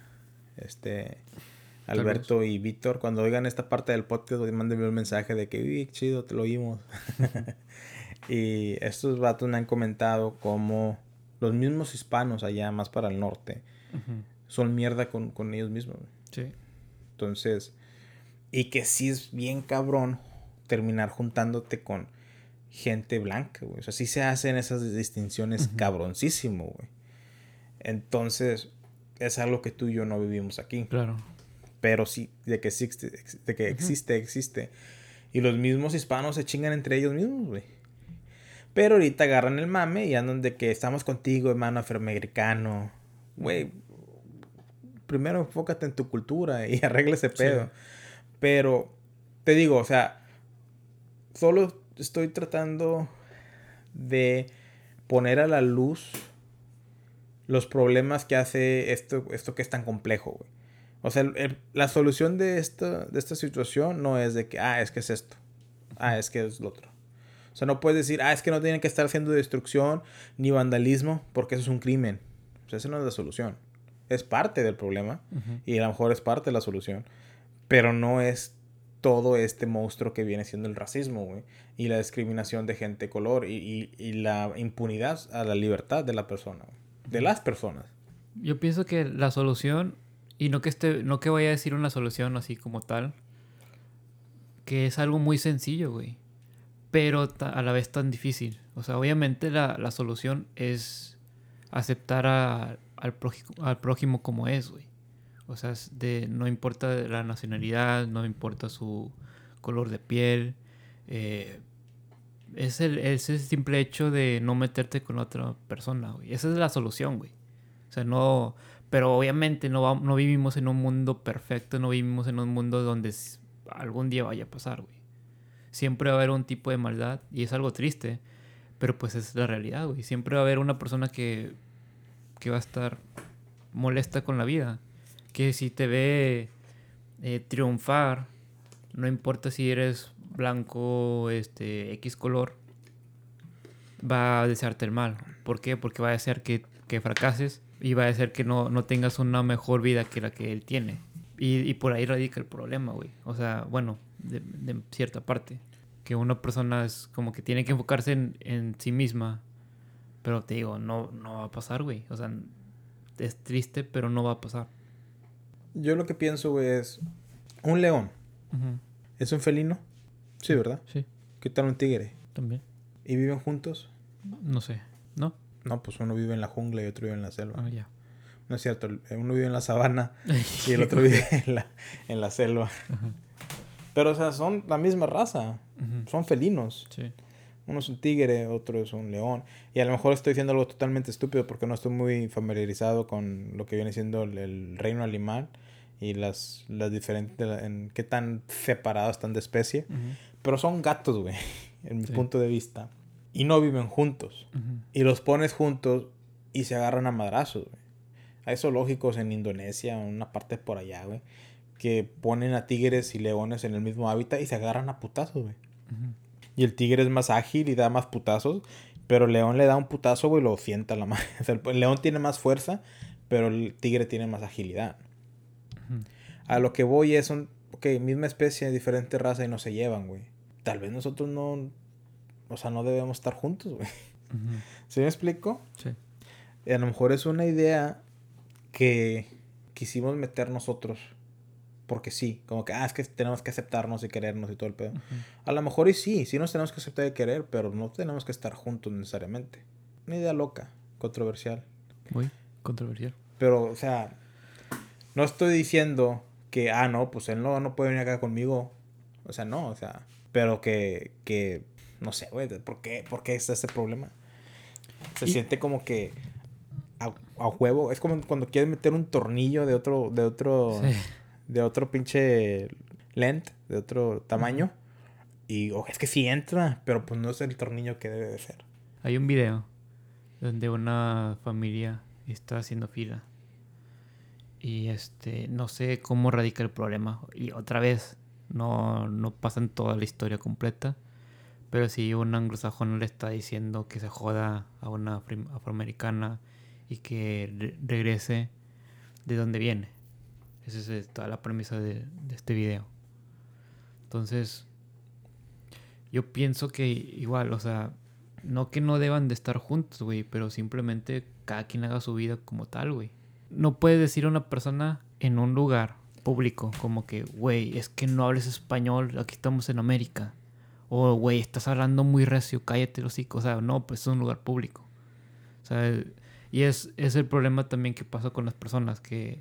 Alberto y Víctor, cuando oigan esta parte del podcast, mándenme un mensaje de que, uy, chido, te lo oímos. Y estos vatos me han comentado como los mismos hispanos allá, más para el norte, son mierda con ellos mismos. Sí. Entonces, y que sí es bien cabrón terminar juntándote con gente blanca, güey. O sea, sí se hacen esas distinciones cabroncísimo, güey. Entonces, es algo que tú y yo no vivimos aquí. Claro. Pero sí, de que existe. Y los mismos hispanos se chingan entre ellos mismos, güey. Pero ahorita agarran el mame y andan de que estamos contigo, hermano afroamericano. Güey, primero enfócate en tu cultura y arregla ese pedo. Sí. Pero, te digo, o sea, solo estoy tratando de poner a la luz los problemas que hace esto que es tan complejo, güey. O sea, la solución de esta situación no es de que, es que es esto. Es que es lo otro. O sea, no puedes decir, es que no tienen que estar haciendo destrucción ni vandalismo porque eso es un crimen. O sea, esa no es la solución. Es parte del problema y a lo mejor es parte de la solución. Pero no es todo este monstruo que viene siendo el racismo, güey. Y la discriminación de gente de color y la impunidad a la libertad de la persona, güey. De las personas. Yo pienso que la solución, y no que vaya a decir una solución así como tal, que es algo muy sencillo, güey. Pero a la vez tan difícil. O sea, obviamente la solución es aceptar al prójimo como es, güey. O sea, no importa la nacionalidad, no importa su color de piel. Es el simple hecho de no meterte con otra persona, güey. Esa es la solución, güey. O sea, no... Pero obviamente no vivimos en un mundo perfecto, no vivimos en un mundo donde algún día vaya a pasar, güey. Siempre va a haber un tipo de maldad y es algo triste, pero pues es la realidad, güey. Siempre va a haber una persona que va a estar molesta con la vida. Que si te ve triunfar, no importa si eres blanco, X color, va a desearte el mal. ¿Por qué? Porque va a desear que fracases y va a desear que no tengas una mejor vida que la que él tiene. Y por ahí radica el problema, güey. O sea, bueno, de cierta parte. Que una persona es como que tiene que enfocarse en sí misma. Pero te digo, no va a pasar, güey. O sea, es triste, pero no va a pasar. Yo lo que pienso, güey, es... Un león. ¿Es un felino? Sí, ¿verdad? Sí. ¿Qué tal un tigre? También. ¿Y viven juntos? No sé. ¿No? No, pues uno vive en la jungla y otro vive en la selva. Ya. No es cierto, uno vive en la sabana y el otro vive en la selva. Ajá. Pero, o sea, son la misma raza. Ujú. Son felinos. Sí. Uno es un tigre, otro es un león. Y a lo mejor estoy diciendo algo totalmente estúpido porque no estoy muy familiarizado con lo que viene siendo el reino animal y las diferentes, en qué tan separados están de especie. Ujú. Pero son gatos, güey, en mi Sí. punto de vista. Y no viven juntos. Ujú. Y los pones juntos y se agarran a madrazos, güey. Hay zoológicos en Indonesia, en una parte por allá, güey, que ponen a tigres y leones en el mismo hábitat y se agarran a putazos, güey. Ujú. Y el tigre es más ágil y da más putazos, pero el león le da un putazo, güey, y lo sienta a la madre. O sea, el león tiene más fuerza, pero el tigre tiene más agilidad. Ujú. A lo que voy es ok, misma especie, diferente raza y no se llevan, güey. Tal vez nosotros no, o sea, no debemos estar juntos, güey. Ujú. ¿Sí me explico? Sí. Y a lo mejor es una idea que quisimos meter nosotros. Porque sí, como que, es que tenemos que aceptarnos y querernos y todo el pedo. Ujú. A lo mejor y sí nos tenemos que aceptar y querer, pero no tenemos que estar juntos necesariamente. Una idea loca, controversial. Muy controversial. Pero, o sea, no estoy diciendo que, no, pues él no puede venir acá conmigo. O sea, no, o sea, pero no sé, güey, ¿por qué está ese problema? Se Y siente como que a huevo. Es como cuando quieres meter un tornillo sí. de otro pinche length, de otro Ujú. tamaño. Y es que sí entra, pero pues no es el tornillo que debe de ser. Hay un video donde una familia está haciendo fila y no sé cómo radica el problema. Y otra vez, no pasan toda la historia completa, pero sí un anglosajón le está diciendo que se joda a una afroamericana y que regrese de donde viene. Esa es toda la premisa de este video. Entonces, yo pienso que igual, o sea, no que no deban de estar juntos, güey, pero simplemente cada quien haga su vida como tal, güey. No puedes decir a una persona en un lugar público como que, güey, es que no hables español, aquí estamos en América. O, güey, estás hablando muy recio, cállate los hocico. O sea, no, pues es un lugar público. O sea, y es el problema también que pasa con las personas,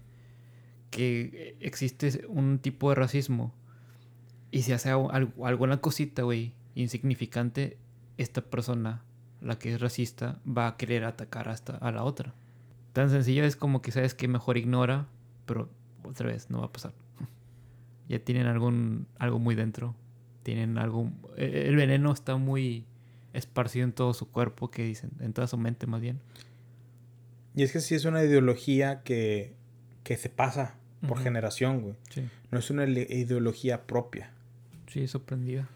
que existe un tipo de racismo y si hace alguna cosita, güey, insignificante, esta persona, la que es racista, va a querer atacar hasta a la otra. Tan sencillo es como que sabes que mejor ignora, pero otra vez no va a pasar. Ya tienen algo muy dentro. Tienen algo... El veneno está muy esparcido en todo su cuerpo, que dicen, en toda su mente más bien. Y es que sí es una ideología que se pasa por Ujú. generación, güey. Sí, No es una ideología propia. sí, sorprendida.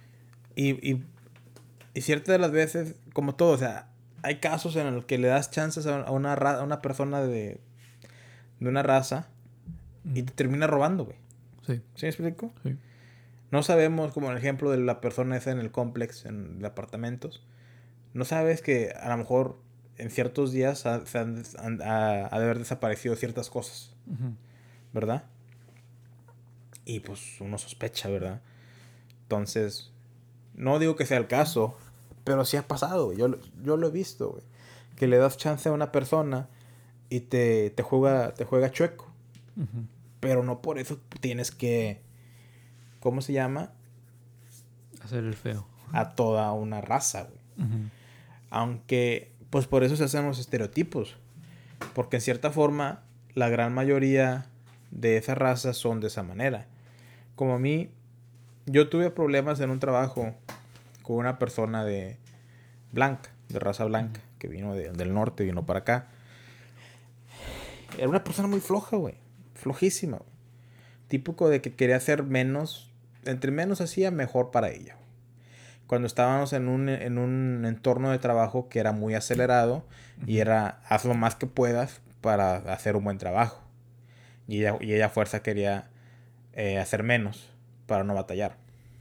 Y ciertas de las veces, como todo, o sea, hay casos en los que le das chances a a una persona de una raza y te termina robando, güey. Sí, ¿Sí me explico? sí. No sabemos, como el ejemplo de la persona esa en el complex, en apartamentos. No sabes que a lo mejor en ciertos días ha de haber desaparecido ciertas cosas, Ujú. ¿verdad? Y pues uno sospecha, ¿verdad? Entonces, no digo que sea el caso, pero sí ha pasado, güey. Yo lo he visto, güey. Que le das chance a una persona y te juega chueco. Ujú. Pero no por eso tienes que, ¿cómo se llama? Hacer el feo. A toda una raza, güey. Ujú. Aunque, pues por eso se hacen los estereotipos. Porque en cierta forma, la gran mayoría de esas razas son de esa manera. Como a mí, yo tuve problemas en un trabajo con una persona de blanca, de raza blanca, que vino del norte, vino para acá. Era una persona muy floja, güey. Flojísima, güey. Típico de que quería hacer menos. Entre menos hacía, mejor para ella. Cuando estábamos en un entorno de trabajo que era muy acelerado y Ujú. era haz lo más que puedas para hacer un buen trabajo. Y ella a fuerza quería hacer menos para no batallar.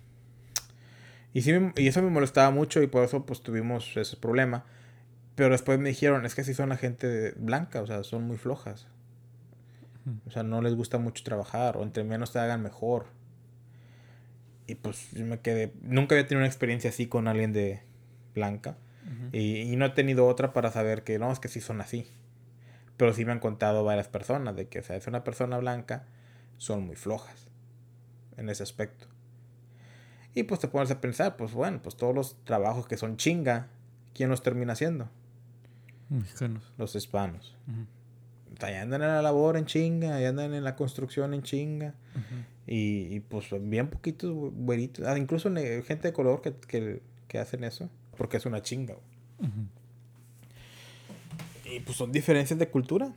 Y eso me molestaba mucho y por eso pues tuvimos ese problema. Pero después me dijeron, es que si son la gente blanca, o sea, son muy flojas. Ujú. O sea, no les gusta mucho trabajar o entre menos te hagan mejor. Y pues yo me quedé, nunca había tenido una experiencia así con alguien de blanca. Ujú. Y no he tenido otra para saber que no, es que sí son así. Pero sí me han contado varias personas de que, o sea, es una persona blanca, son muy flojas en ese aspecto. Y pues te pones a pensar, pues bueno, pues todos los trabajos que son chinga, ¿quién los termina haciendo? Mexicanos. Los hispanos. Ujú. O sea, ya andan en la labor en chinga, ya andan en la construcción en chinga. Ujú. Y pues bien poquitos güeritos. Incluso gente de color que hacen eso. Porque es una chinga. Ujú. Y pues son diferencias de cultura.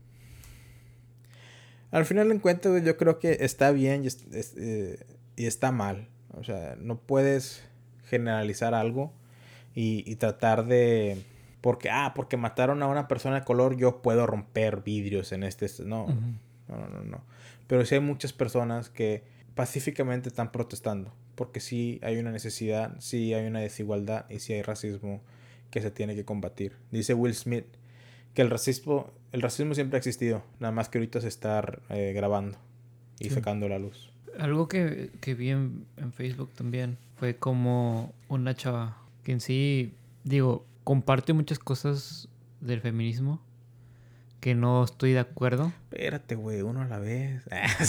Al final en cuenta, yo creo que está bien y está mal. O sea, no puedes generalizar algo y tratar de... porque mataron a una persona de color, yo puedo romper vidrios en este... No, Ujú. no. Pero sí hay muchas personas que pacíficamente están protestando. Porque sí hay una necesidad, sí hay una desigualdad y sí hay racismo que se tiene que combatir. Dice Will Smith que el racismo siempre ha existido, nada más que ahorita se está grabando y Sí. sacando la luz. Algo que vi en Facebook también fue como una chava que en sí, digo, comparte muchas cosas del feminismo que no estoy de acuerdo. Espérate, güey, uno a la vez.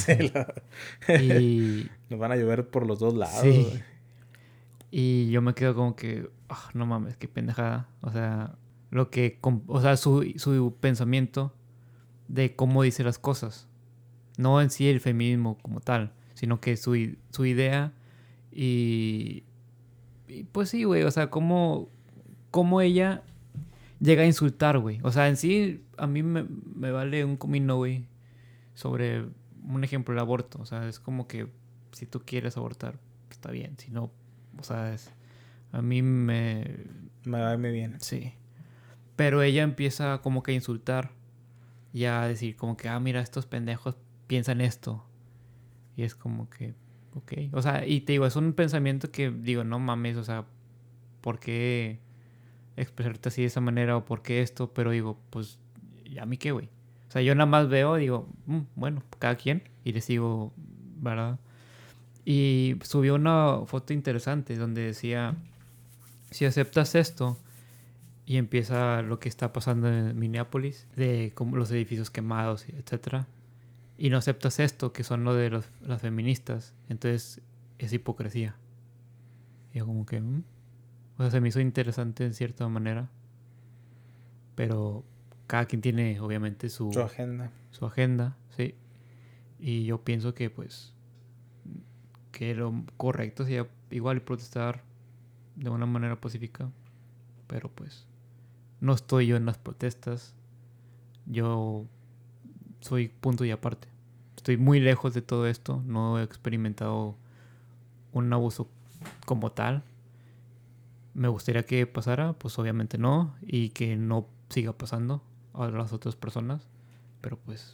Y Nos van a llover por los dos lados. sí, y yo me quedo como que, no mames, qué pendejada. O sea, o sea, su pensamiento de cómo dice las cosas. No en sí el feminismo como tal, sino que su idea y, y pues sí, güey, o sea, cómo ella llega a insultar, güey. O sea, en sí a mí me vale un comino, güey, sobre un ejemplo, el aborto. O sea, es como que si tú quieres abortar, está bien. Si no, o sea, a mí Me va muy bien. sí. Pero ella empieza como que a insultar y a decir como que, mira, estos pendejos piensan esto. Y es como que, ok. O sea, y te digo, es un pensamiento que digo, no mames, o sea, ¿por qué expresarte así de esa manera o por qué esto? Pero digo, pues, ¿y a mí qué, güey? O sea, yo nada más veo, digo, bueno, cada quien, y les digo, ¿verdad? Y subió una foto interesante donde decía, si aceptas esto y empieza lo que está pasando en Minneapolis, de como los edificios quemados, etcétera, y no aceptas esto, que son lo de las feministas, entonces es hipocresía. Y yo como que, o sea, se me hizo interesante en cierta manera, pero cada quien tiene obviamente Su agenda. su agenda, sí. Y yo pienso que pues que lo correcto sería igual protestar de una manera pacífica, pero pues no estoy yo en las protestas, yo soy punto y aparte. Estoy muy lejos de todo esto, no he experimentado un abuso como tal. Me gustaría que pasara, pues obviamente no, y que no siga pasando a las otras personas, pero pues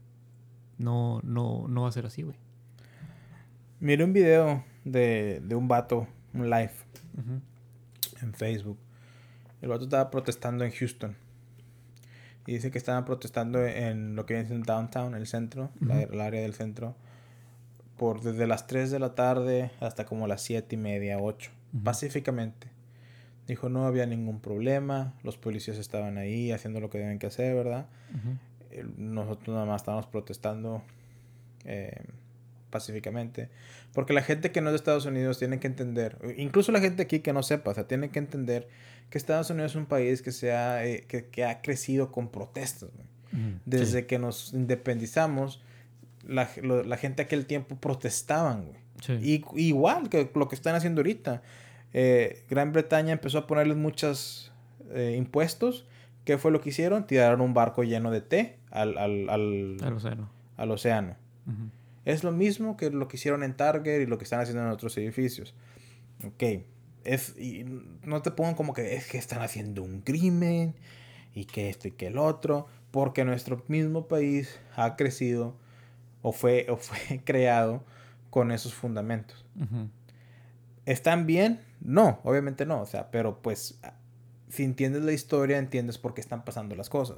no va a ser así, güey. Miré un video de un vato, un live, Uh-huh. en Facebook. El vato estaba protestando en Houston. Y dice que estaban protestando en lo que viene siendo downtown, el centro, Uh-huh. el área del centro, por desde las 3 de la tarde hasta como las 7:30, 8, Uh-huh. pacíficamente. Dijo, no había ningún problema, los policías estaban ahí haciendo lo que deben que hacer, ¿verdad? Uh-huh. Nosotros nada más estábamos protestando eh, pacíficamente. Porque la gente que no es de Estados Unidos tiene que entender, incluso la gente aquí que no sepa, o sea, tiene que entender que Estados Unidos es un país que ha crecido con protestas, güey. Uh-huh. Sí, Desde que nos independizamos, la gente aquel tiempo protestaban, güey. sí. Igual que lo que están haciendo ahorita. Gran Bretaña empezó a ponerles muchos impuestos. ¿Qué fue lo que hicieron? Tiraron un barco lleno de té Al océano. al océano. Uh-huh. Es lo mismo que lo que hicieron en Target y lo que están haciendo en otros edificios. Ok. Y no te pongan como que es que están haciendo un crimen y que esto y que el otro. Porque nuestro mismo país ha crecido o fue creado con esos fundamentos. Uh-huh. ¿Están bien? No, obviamente no. O sea, pero pues si entiendes la historia, entiendes por qué están pasando las cosas.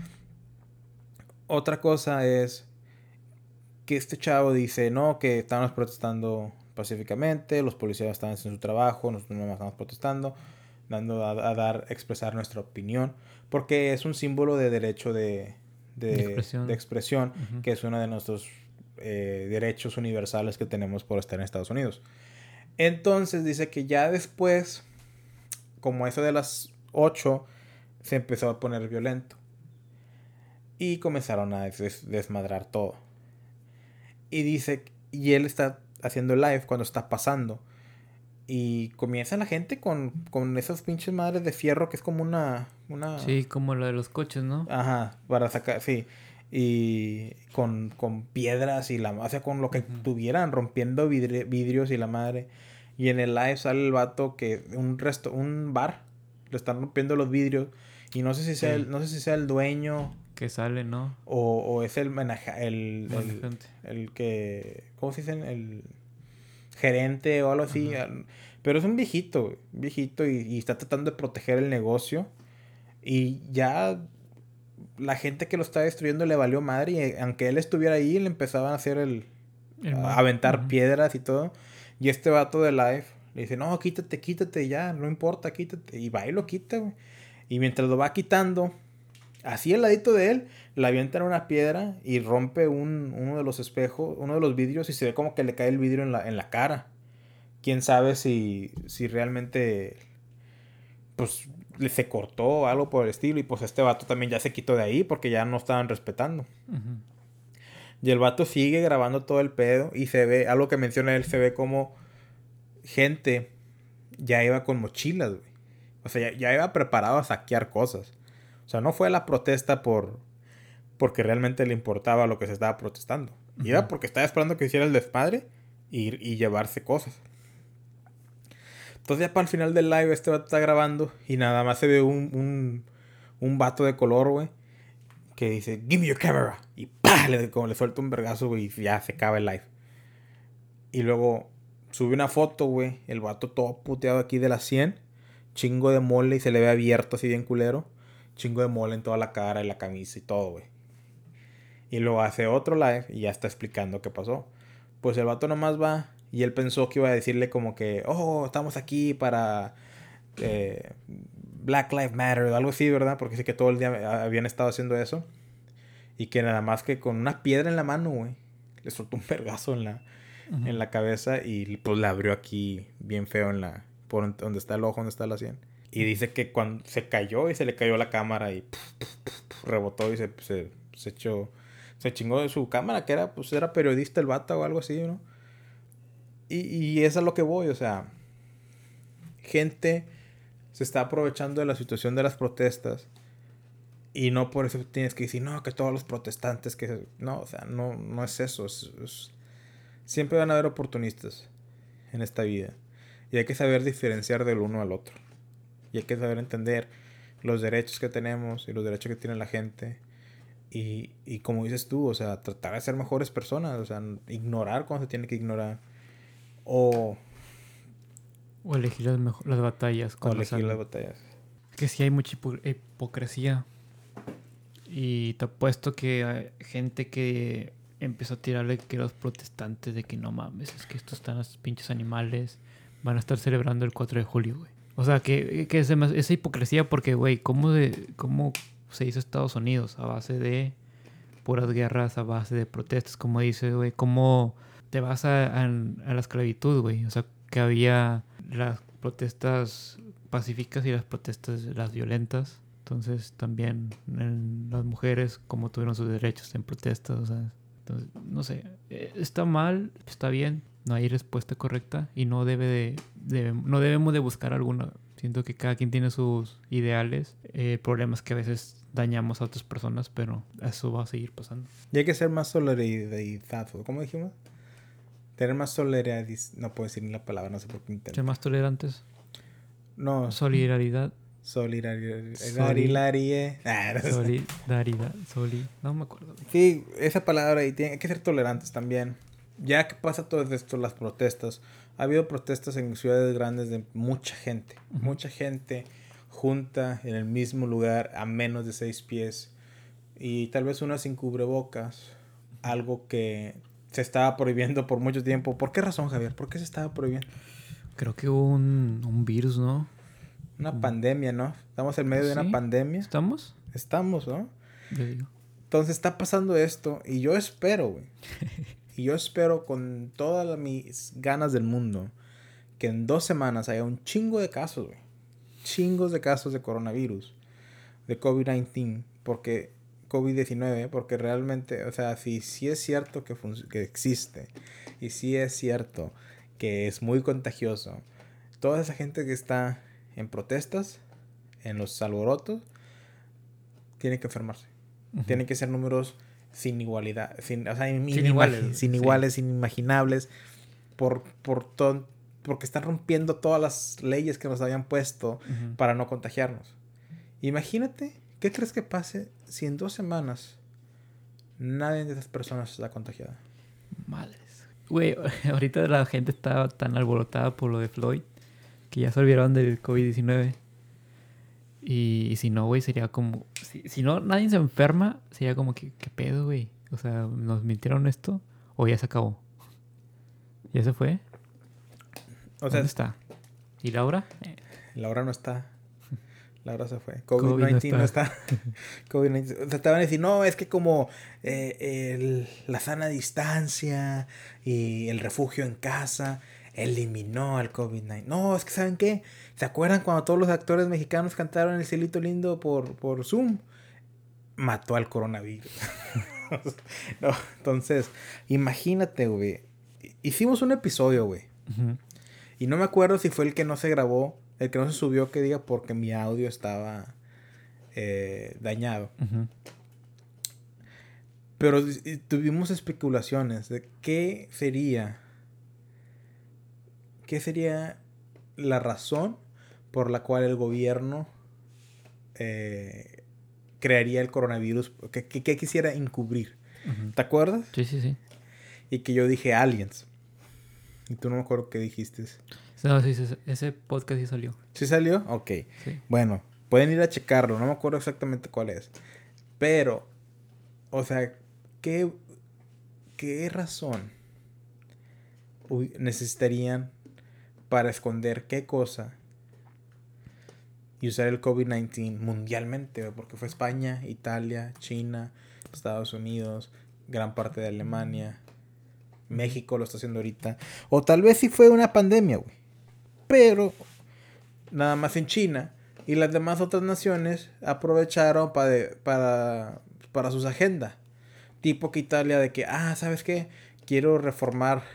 Otra cosa es que este chavo dice, no, que estábamos protestando pacíficamente, los policías estaban haciendo su trabajo, nosotros no estamos protestando, dando a expresar nuestra opinión, porque es un símbolo de derecho de expresión, Uh-huh. que es uno de nuestros derechos universales que tenemos por estar en Estados Unidos. Entonces dice que ya después, como eso de las 8, se empezó a poner violento. Y comenzaron a desmadrar todo. Y dice, y él está haciendo live cuando está pasando. Y comienza la gente con esas pinches madres de fierro que es como una... Sí, como la de los coches, ¿no? Ajá, para sacar, sí. Y con piedras y la... O sea, con lo que Uh-huh. tuvieran, rompiendo vidrios y la madre. Y en el live sale el vato que... Un bar. Le están rompiendo los vidrios. Y no sé si sea Sí. no sé si sea el dueño... Que sale, ¿no? O es el Manejante. el que... ¿Cómo se dice? El gerente o algo así. Ajá. Pero es un viejito, viejito y está tratando de proteger el negocio. Y ya la gente que lo está destruyendo le valió madre. Y aunque él estuviera ahí, le empezaban a hacer El a mal. aventar Uh-huh. piedras y todo. Y este vato de live le dice, no, quítate, quítate ya, no importa, quítate. Y va y lo quita, güey. Y mientras lo va quitando, así al ladito de él, le avientan una piedra y rompe uno de los espejos, uno de los vidrios y se ve como que le cae el vidrio en la cara. Quién sabe si realmente pues se cortó o algo por el estilo. Y pues este vato también ya se quitó de ahí porque ya no estaban respetando. Uh-huh. Y el vato sigue grabando todo el pedo y se ve, algo que menciona él, se ve como gente ya iba con mochilas, güey. O sea, ya iba preparado a saquear cosas. O sea, no fue la protesta porque realmente le importaba lo que se estaba protestando. Uh-huh. Iba porque estaba esperando que hiciera el desmadre y llevarse cosas. Entonces ya para el final del live este vato está grabando y nada más se ve un vato de color, güey, que dice, give me your camera. Y ¡pah! Como le suelta un vergazo, güey, y ya se acaba el live. Y luego sube una foto, güey, el vato todo puteado aquí de la 100, chingo de mole y se le ve abierto así bien culero. Chingo de mole en toda la cara y la camisa y todo, güey. Y luego hace otro live y ya está explicando qué pasó. Pues el vato nomás va y él pensó que iba a decirle como que, oh, estamos aquí para Black Lives Matter o algo así, ¿verdad? Porque sé que todo el día habían estado haciendo eso. Y que nada más que con una piedra en la mano, güey, le soltó un vergazo Uh-huh. en la cabeza y pues le abrió aquí bien feo por donde está el ojo, donde está la sien. Y dice que cuando se cayó y se le cayó la cámara y rebotó y se echó, se chingó de su cámara, que era, pues era periodista el vato o algo así, ¿no? Y eso es a lo que voy, o sea, gente se está aprovechando de la situación de las protestas y no por eso tienes que decir, no, que todos los protestantes, que no, o sea, no es eso, siempre van a haber oportunistas en esta vida y hay que saber diferenciar del uno al otro y hay que saber entender los derechos que tenemos y los derechos que tiene la gente. Y como dices tú, o sea, tratar de ser mejores personas, o sea, ignorar cuando se tiene que ignorar. O, O elegir las batallas o cuando elegir las salen. batallas. Que sí hay mucha hipocresía. Y te apuesto que hay gente que empezó a tirarle que los protestantes de que no mames, es que estos están los pinches animales, van a estar celebrando el 4 de julio, güey. O sea, que esa hipocresía porque, güey, ¿cómo se hizo Estados Unidos? A base de puras guerras, a base de protestas, como dice, güey. ¿Cómo te vas a la esclavitud, güey? O sea, que había las protestas pacíficas y las protestas, las violentas. Entonces también las mujeres como tuvieron sus derechos en protestas, o sea, entonces, no sé, está mal, está bien, no hay respuesta correcta y no no debemos de buscar alguna. Siento que cada quien tiene sus ideales, problemas que a veces dañamos a otras personas, pero eso va a seguir pasando. Y hay que ser más solidaridad, ¿cómo dijimos? Tener más solidaridad, no puedo decir ni la palabra, no sé por qué intento. Ser más tolerantes. No, Solidaridad. solidaridad. Solidaridad. No me acuerdo. Sí, esa palabra y hay que ser tolerantes también. Ya que pasa todo esto, las protestas. Ha habido protestas en ciudades grandes de mucha gente. Uh-huh. Mucha gente junta en el mismo lugar a menos de 6 pies. Y tal vez una sin cubrebocas. Algo que se estaba prohibiendo por mucho tiempo. ¿Por qué razón, Javier? ¿Por qué se estaba prohibiendo? Creo que hubo un virus, ¿no? Una pandemia, ¿no? Estamos en medio de una ¿Sí? pandemia. ¿Estamos? Estamos, ¿no? Yo digo. Entonces está pasando esto y yo espero, güey. Y yo espero con todas mis ganas del mundo que en 2 semanas haya un chingo de casos, güey. Chingos de casos de coronavirus, de COVID-19, porque COVID-19, porque realmente, o sea, si es cierto que existe y si es cierto que es muy contagioso, toda esa gente que está en protestas, en los alborotos, tiene que enfermarse. Ujú. Tienen que ser números sin igualdad, o sea, Sin iguales, sin sí. iguales, inimaginables, porque están rompiendo todas las leyes que nos habían puesto Ujú. para no contagiarnos. Imagínate, ¿qué crees que pase si en 2 semanas nadie de esas personas está contagiada? Madres. Güey, ahorita la gente está tan alborotada por lo de Floyd que ya se olvidaron del COVID-19. Y si no, güey, sería como... Si no, nadie se enferma, sería como que, ¿qué pedo, güey? O sea, ¿nos mintieron esto? ¿O ya se acabó? ¿Ya se fue? O sea, ¿Dónde está? ¿Y Laura? Laura no está. Laura se fue. COVID no COVID-19 no está. está. COVID-19. O sea, te van a decir, no, es que como la sana distancia y el refugio en casa eliminó al COVID-19. No, es que ¿saben qué? ¿Se acuerdan cuando todos los actores mexicanos cantaron El Cielito Lindo por Zoom? Mató al coronavirus. No, entonces, imagínate, güey. Hicimos un episodio, güey. Ujú. Y no me acuerdo si fue el que no se grabó, el que no se subió, que diga, porque mi audio estaba dañado. Ujú. Pero tuvimos especulaciones de qué sería la razón por la cual el gobierno crearía el coronavirus, que quisiera encubrir. Ujú. ¿Te acuerdas? Sí, sí, sí. Y que yo dije aliens. Y tú no me acuerdo qué dijiste. No, sí, sí, ese podcast sí salió. ¿Sí salió? Ok. Sí. Bueno, pueden ir a checarlo. No me acuerdo exactamente cuál es. Pero, o sea, ¿qué razón necesitarían para esconder qué cosa y usar el COVID-19 mundialmente? Porque fue España, Italia, China, Estados Unidos, gran parte de Alemania, México lo está haciendo ahorita. O tal vez sí fue una pandemia, güey. Pero nada más en China. Y las demás otras naciones aprovecharon para sus agendas. Tipo que Italia de que, ¿sabes qué? Quiero reformar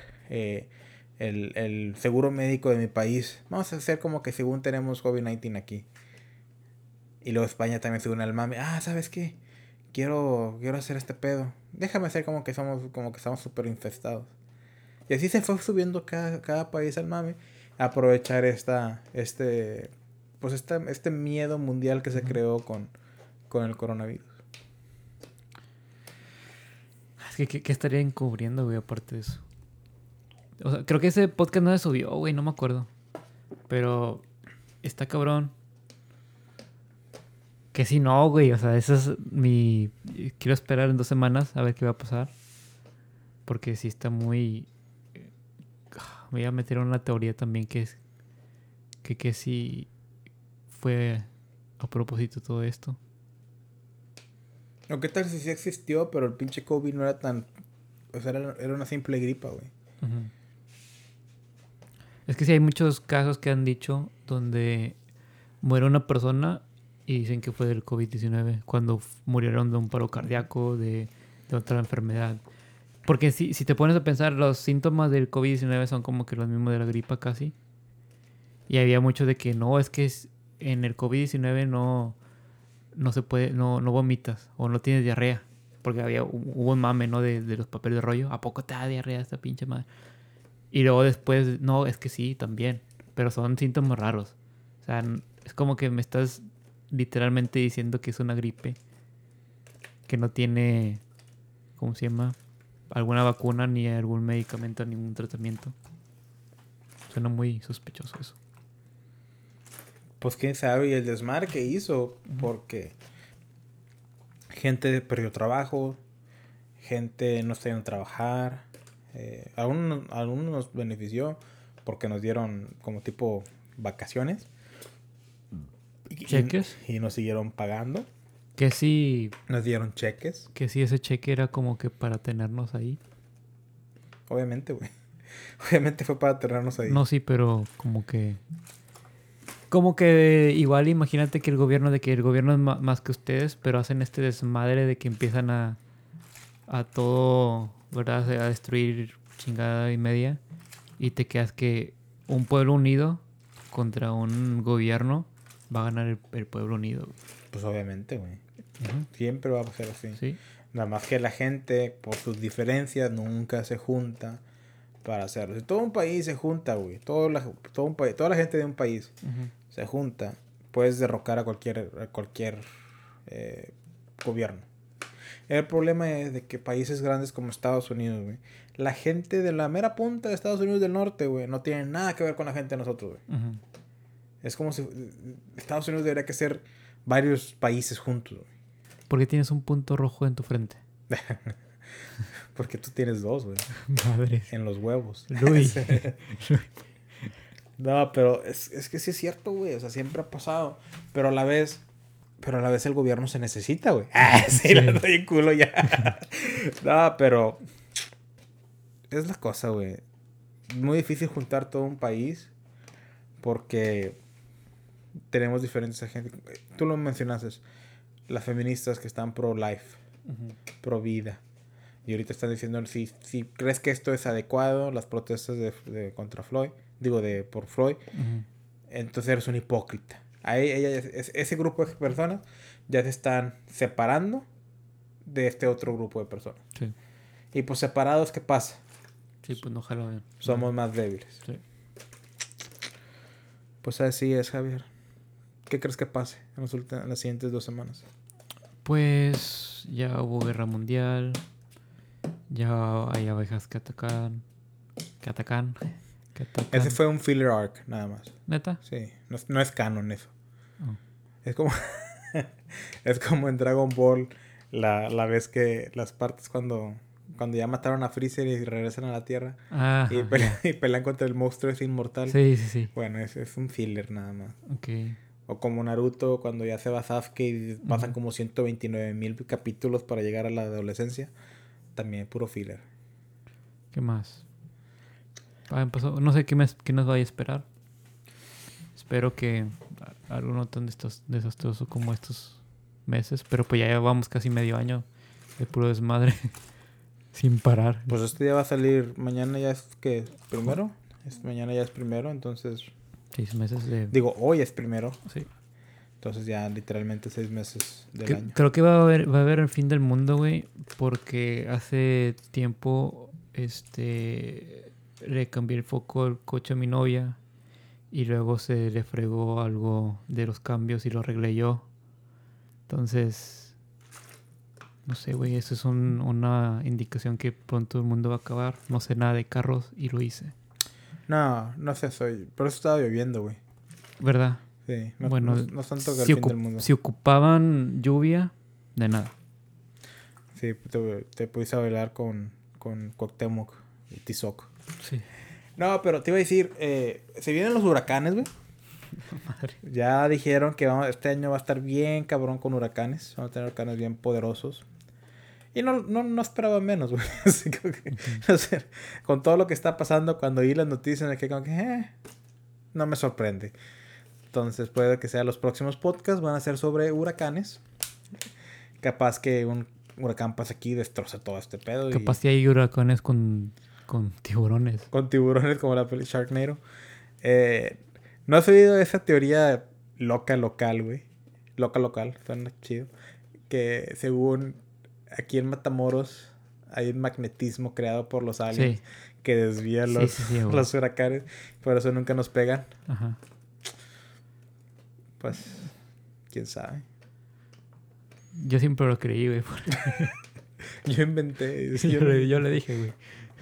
el seguro médico de mi país. Vamos a hacer como que según tenemos COVID-19 aquí. Y luego España también se une al mame. ¿Sabes qué? Quiero hacer este pedo. Déjame hacer como que estamos súper infestados. Y así se fue subiendo cada país al mame. A aprovechar este miedo mundial que se creó con el coronavirus. Es que, ¿qué estaría encubriendo, güey, aparte de eso? O sea, creo que ese podcast no se subió, güey, no me acuerdo. Pero está cabrón. Que si no, güey, o sea, eso es mi... Quiero esperar en 2 semanas a ver qué va a pasar. Porque sí está muy... Me voy a meter en una teoría también que es... Que sí fue a propósito todo esto. ¿O qué tal si sí existió, pero el pinche COVID no era tan... O sea, era una simple gripa, güey. Uh-huh. Es que sí hay muchos casos que han dicho donde muere una persona y dicen que fue del COVID-19 cuando murieron de un paro cardíaco, de otra enfermedad. Porque si te pones a pensar, los síntomas del COVID-19 son como que los mismos de la gripa casi. Y había mucho de que no, es que en el COVID-19 no se puede, no vomitas o no tienes diarrea. Porque hubo un mame, ¿no? De los papeles de rollo. ¿A poco te da diarrea esta pinche madre? Y luego después, no, es que sí, también. Pero son síntomas raros. O sea, es como que me estás literalmente diciendo que es una gripe que no tiene, ¿cómo se llama? Alguna vacuna, ni algún medicamento, ningún tratamiento. Suena muy sospechoso eso. Pues quién sabe, y el desmadre que hizo, porque gente perdió trabajo, gente no está yendo a trabajar, algunos nos benefició porque nos dieron como tipo vacaciones ¿Cheques? y nos siguieron pagando. Que sí... Nos dieron cheques. Que sí, ese cheque era como que para tenernos ahí. Obviamente, güey. Obviamente fue para tenernos ahí. No, sí, pero como que... Como que igual imagínate que el gobierno es más que ustedes, pero hacen este desmadre de que empiezan a todo, ¿verdad? A destruir chingada y media. Y te quedas que un pueblo unido contra un gobierno va a ganar el pueblo unido. Pues obviamente, güey. Ujú. Siempre va a ser así. Sí. Nada más que la gente, por sus diferencias, nunca se junta para hacerlo. Si todo un país se junta, güey, toda la gente de un país Ujú. se junta, puedes derrocar a cualquier gobierno. El problema es de que países grandes como Estados Unidos, güey, la gente de la mera punta de Estados Unidos del Norte, güey, no tiene nada que ver con la gente de nosotros, güey. Ujú. Es como si Estados Unidos debería que ser varios países juntos, güey. ¿Por qué tienes un punto rojo en tu frente? Porque tú tienes dos, güey. Madres. En los huevos. Luis. No, pero es que sí es cierto, güey. O sea, siempre ha pasado. Pero a la vez el gobierno se necesita, güey. Sí, le doy el culo ya. No, pero es la cosa, güey. Muy difícil juntar todo un país porque tenemos diferentes agentes. Tú lo mencionaste. Las feministas que están pro-life, Ujú. pro-vida. Y ahorita están diciendo si crees que esto es adecuado, las protestas de contra Floyd, por Floyd, Ujú. entonces eres un hipócrita. Ahí ese grupo de personas ya se están separando de este otro grupo de personas. Sí. Y pues separados, ¿qué pasa? Sí, pues no jalo bien. Somos más débiles. Sí. Pues así es, Javier. ¿Qué crees que pase en las siguientes 2 semanas? Pues ya hubo guerra mundial. Ya hay abejas que atacan. Que atacan. Ese fue un filler arc, nada más. ¿Neta? Sí, no es canon eso. Oh. Es como es como en Dragon Ball la vez que las partes cuando ya mataron a Freezer y regresan a la Tierra Ajá, y pelean contra el monstruo ese inmortal. Sí, sí, sí. Bueno, es un filler nada más. Ok. O como Naruto cuando ya se va Sasuke y pasan Ujú. como 129,000 capítulos para llegar a la adolescencia. También puro filler. ¿Qué más? Empezó. No sé qué nos vaya a esperar. Espero que algo no tan desastroso como estos meses. Pero pues ya vamos casi medio año de puro desmadre. Sin parar. Pues este día va a salir, mañana ya es que primero, mañana ya es primero, entonces 6 meses de... digo, hoy es primero, Sí. entonces ya literalmente 6 meses del año. Creo que va a haber el fin del mundo, güey. Porque hace tiempo, le cambié el foco del coche a mi novia. Y luego se le fregó algo de los cambios y lo arreglé yo. Entonces, no sé, güey, eso es una indicación que pronto el mundo va a acabar. No sé nada de carros y lo hice. No sé, por eso estaba lloviendo, güey. ¿Verdad? Sí, Bueno, no es tanto que el fin del mundo. Si ocupaban lluvia, de nada. Sí, te pudiste bailar con Cuauhtémoc y Tizoc. Sí. No, pero te iba a decir, se vienen los huracanes, güey. Madre. Ya dijeron que este año va a estar bien cabrón con huracanes. Vamos a tener huracanes bien poderosos. Y no esperaba menos, güey. Así como que, o sea, con todo lo que está pasando, cuando oí las noticias, me quedé como que, no me sorprende. Entonces puede que sea los próximos podcasts van a ser sobre huracanes. Capaz que un huracán pasa aquí y destroza todo este pedo. Capaz si hay huracanes con tiburones. Con tiburones como la peli Sharknado. ¿No has oído esa teoría local, güey? Local, suena chido. Que según aquí en Matamoros hay un magnetismo creado por los aliens Sí. que desvía Sí, los huracanes. Por eso nunca nos pegan. Ajá. Pues, quién sabe. Yo siempre lo creí, güey. Yo inventé. Yo le dije, güey.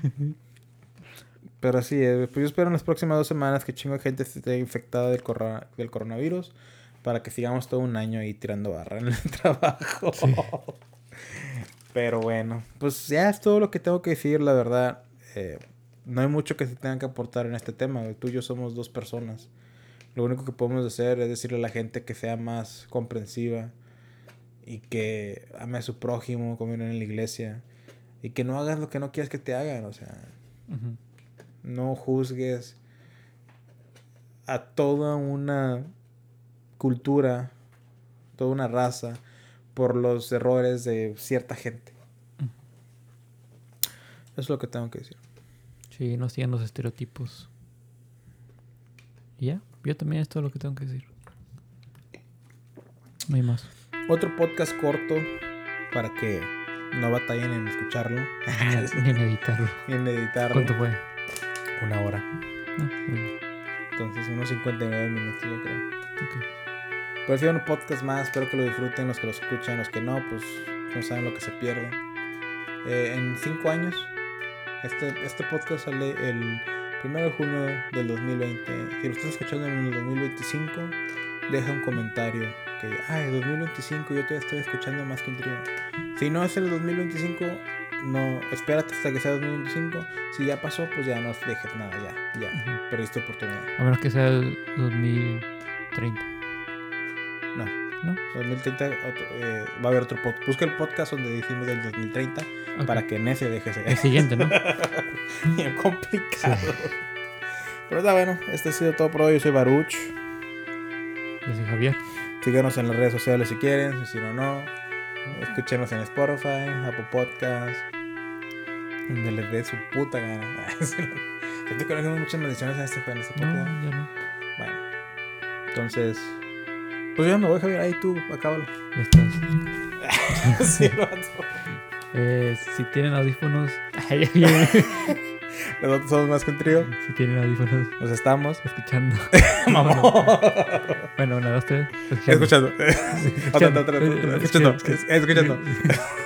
Pero sí, pues yo espero en las próximas 2 semanas que chingo de gente esté infectada del coronavirus para que sigamos todo un año ahí tirando barra en el trabajo. Sí. Pero bueno, pues ya es todo lo que tengo que decir, la verdad. No hay mucho que se tenga que aportar en este tema. Tú y yo somos 2 personas. Lo único que podemos hacer es decirle a la gente que sea más comprensiva y que ame a su prójimo como en la iglesia y que no hagas lo que no quieras que te hagan, o sea, no juzgues a toda una cultura, toda una raza por los errores de cierta gente. Eso es lo que tengo que decir. Sí, no sigan los estereotipos. Y ya, yo también es todo lo que tengo que decir. No hay más. Otro podcast corto para que no batallen en escucharlo. Ni en editarlo. Ni en editarlo. ¿Cuánto fue? 1 hora. Ah, muy bien. Entonces, unos 59 minutos, yo creo. Ok. Pero si un podcast más, espero que lo disfruten, los que lo escuchan, los que no, pues no saben lo que se pierden. En 5 años, este podcast sale el 1 de junio del 2020. Si lo estás escuchando en el 2025, deja un comentario que, 2025 yo todavía estoy escuchando Más que un Trío. Si no es el 2025, no, espérate hasta que sea 2025. Si ya pasó, pues ya no dejes nada, ya, perdiste oportunidad. A menos que sea el 2030. No. ¿No? 2030 va a haber otro podcast. Busca el podcast donde hicimos del 2030 para que en ese dejes el siguiente, ¿no? Bien complicado. Sí. Pero está bueno, este ha sido todo por hoy. Yo soy Baruch. Yo soy Javier. Síganos en las redes sociales si quieren, si no. Escúchenos en Spotify, Apple Podcasts, donde les dé su puta gana. Estoy conociendo muchas maldiciones en este podcast. No, ya no. Bueno, entonces, pues yo me voy, Javier. Ahí tú, acábalo. Ya estás. Sí, si tienen audífonos. Nosotros somos Más que un Trío. Si tienen audífonos. Nos estamos escuchando. Mamón. Bueno, 1, 2, 3. Escuchando. Escuchando.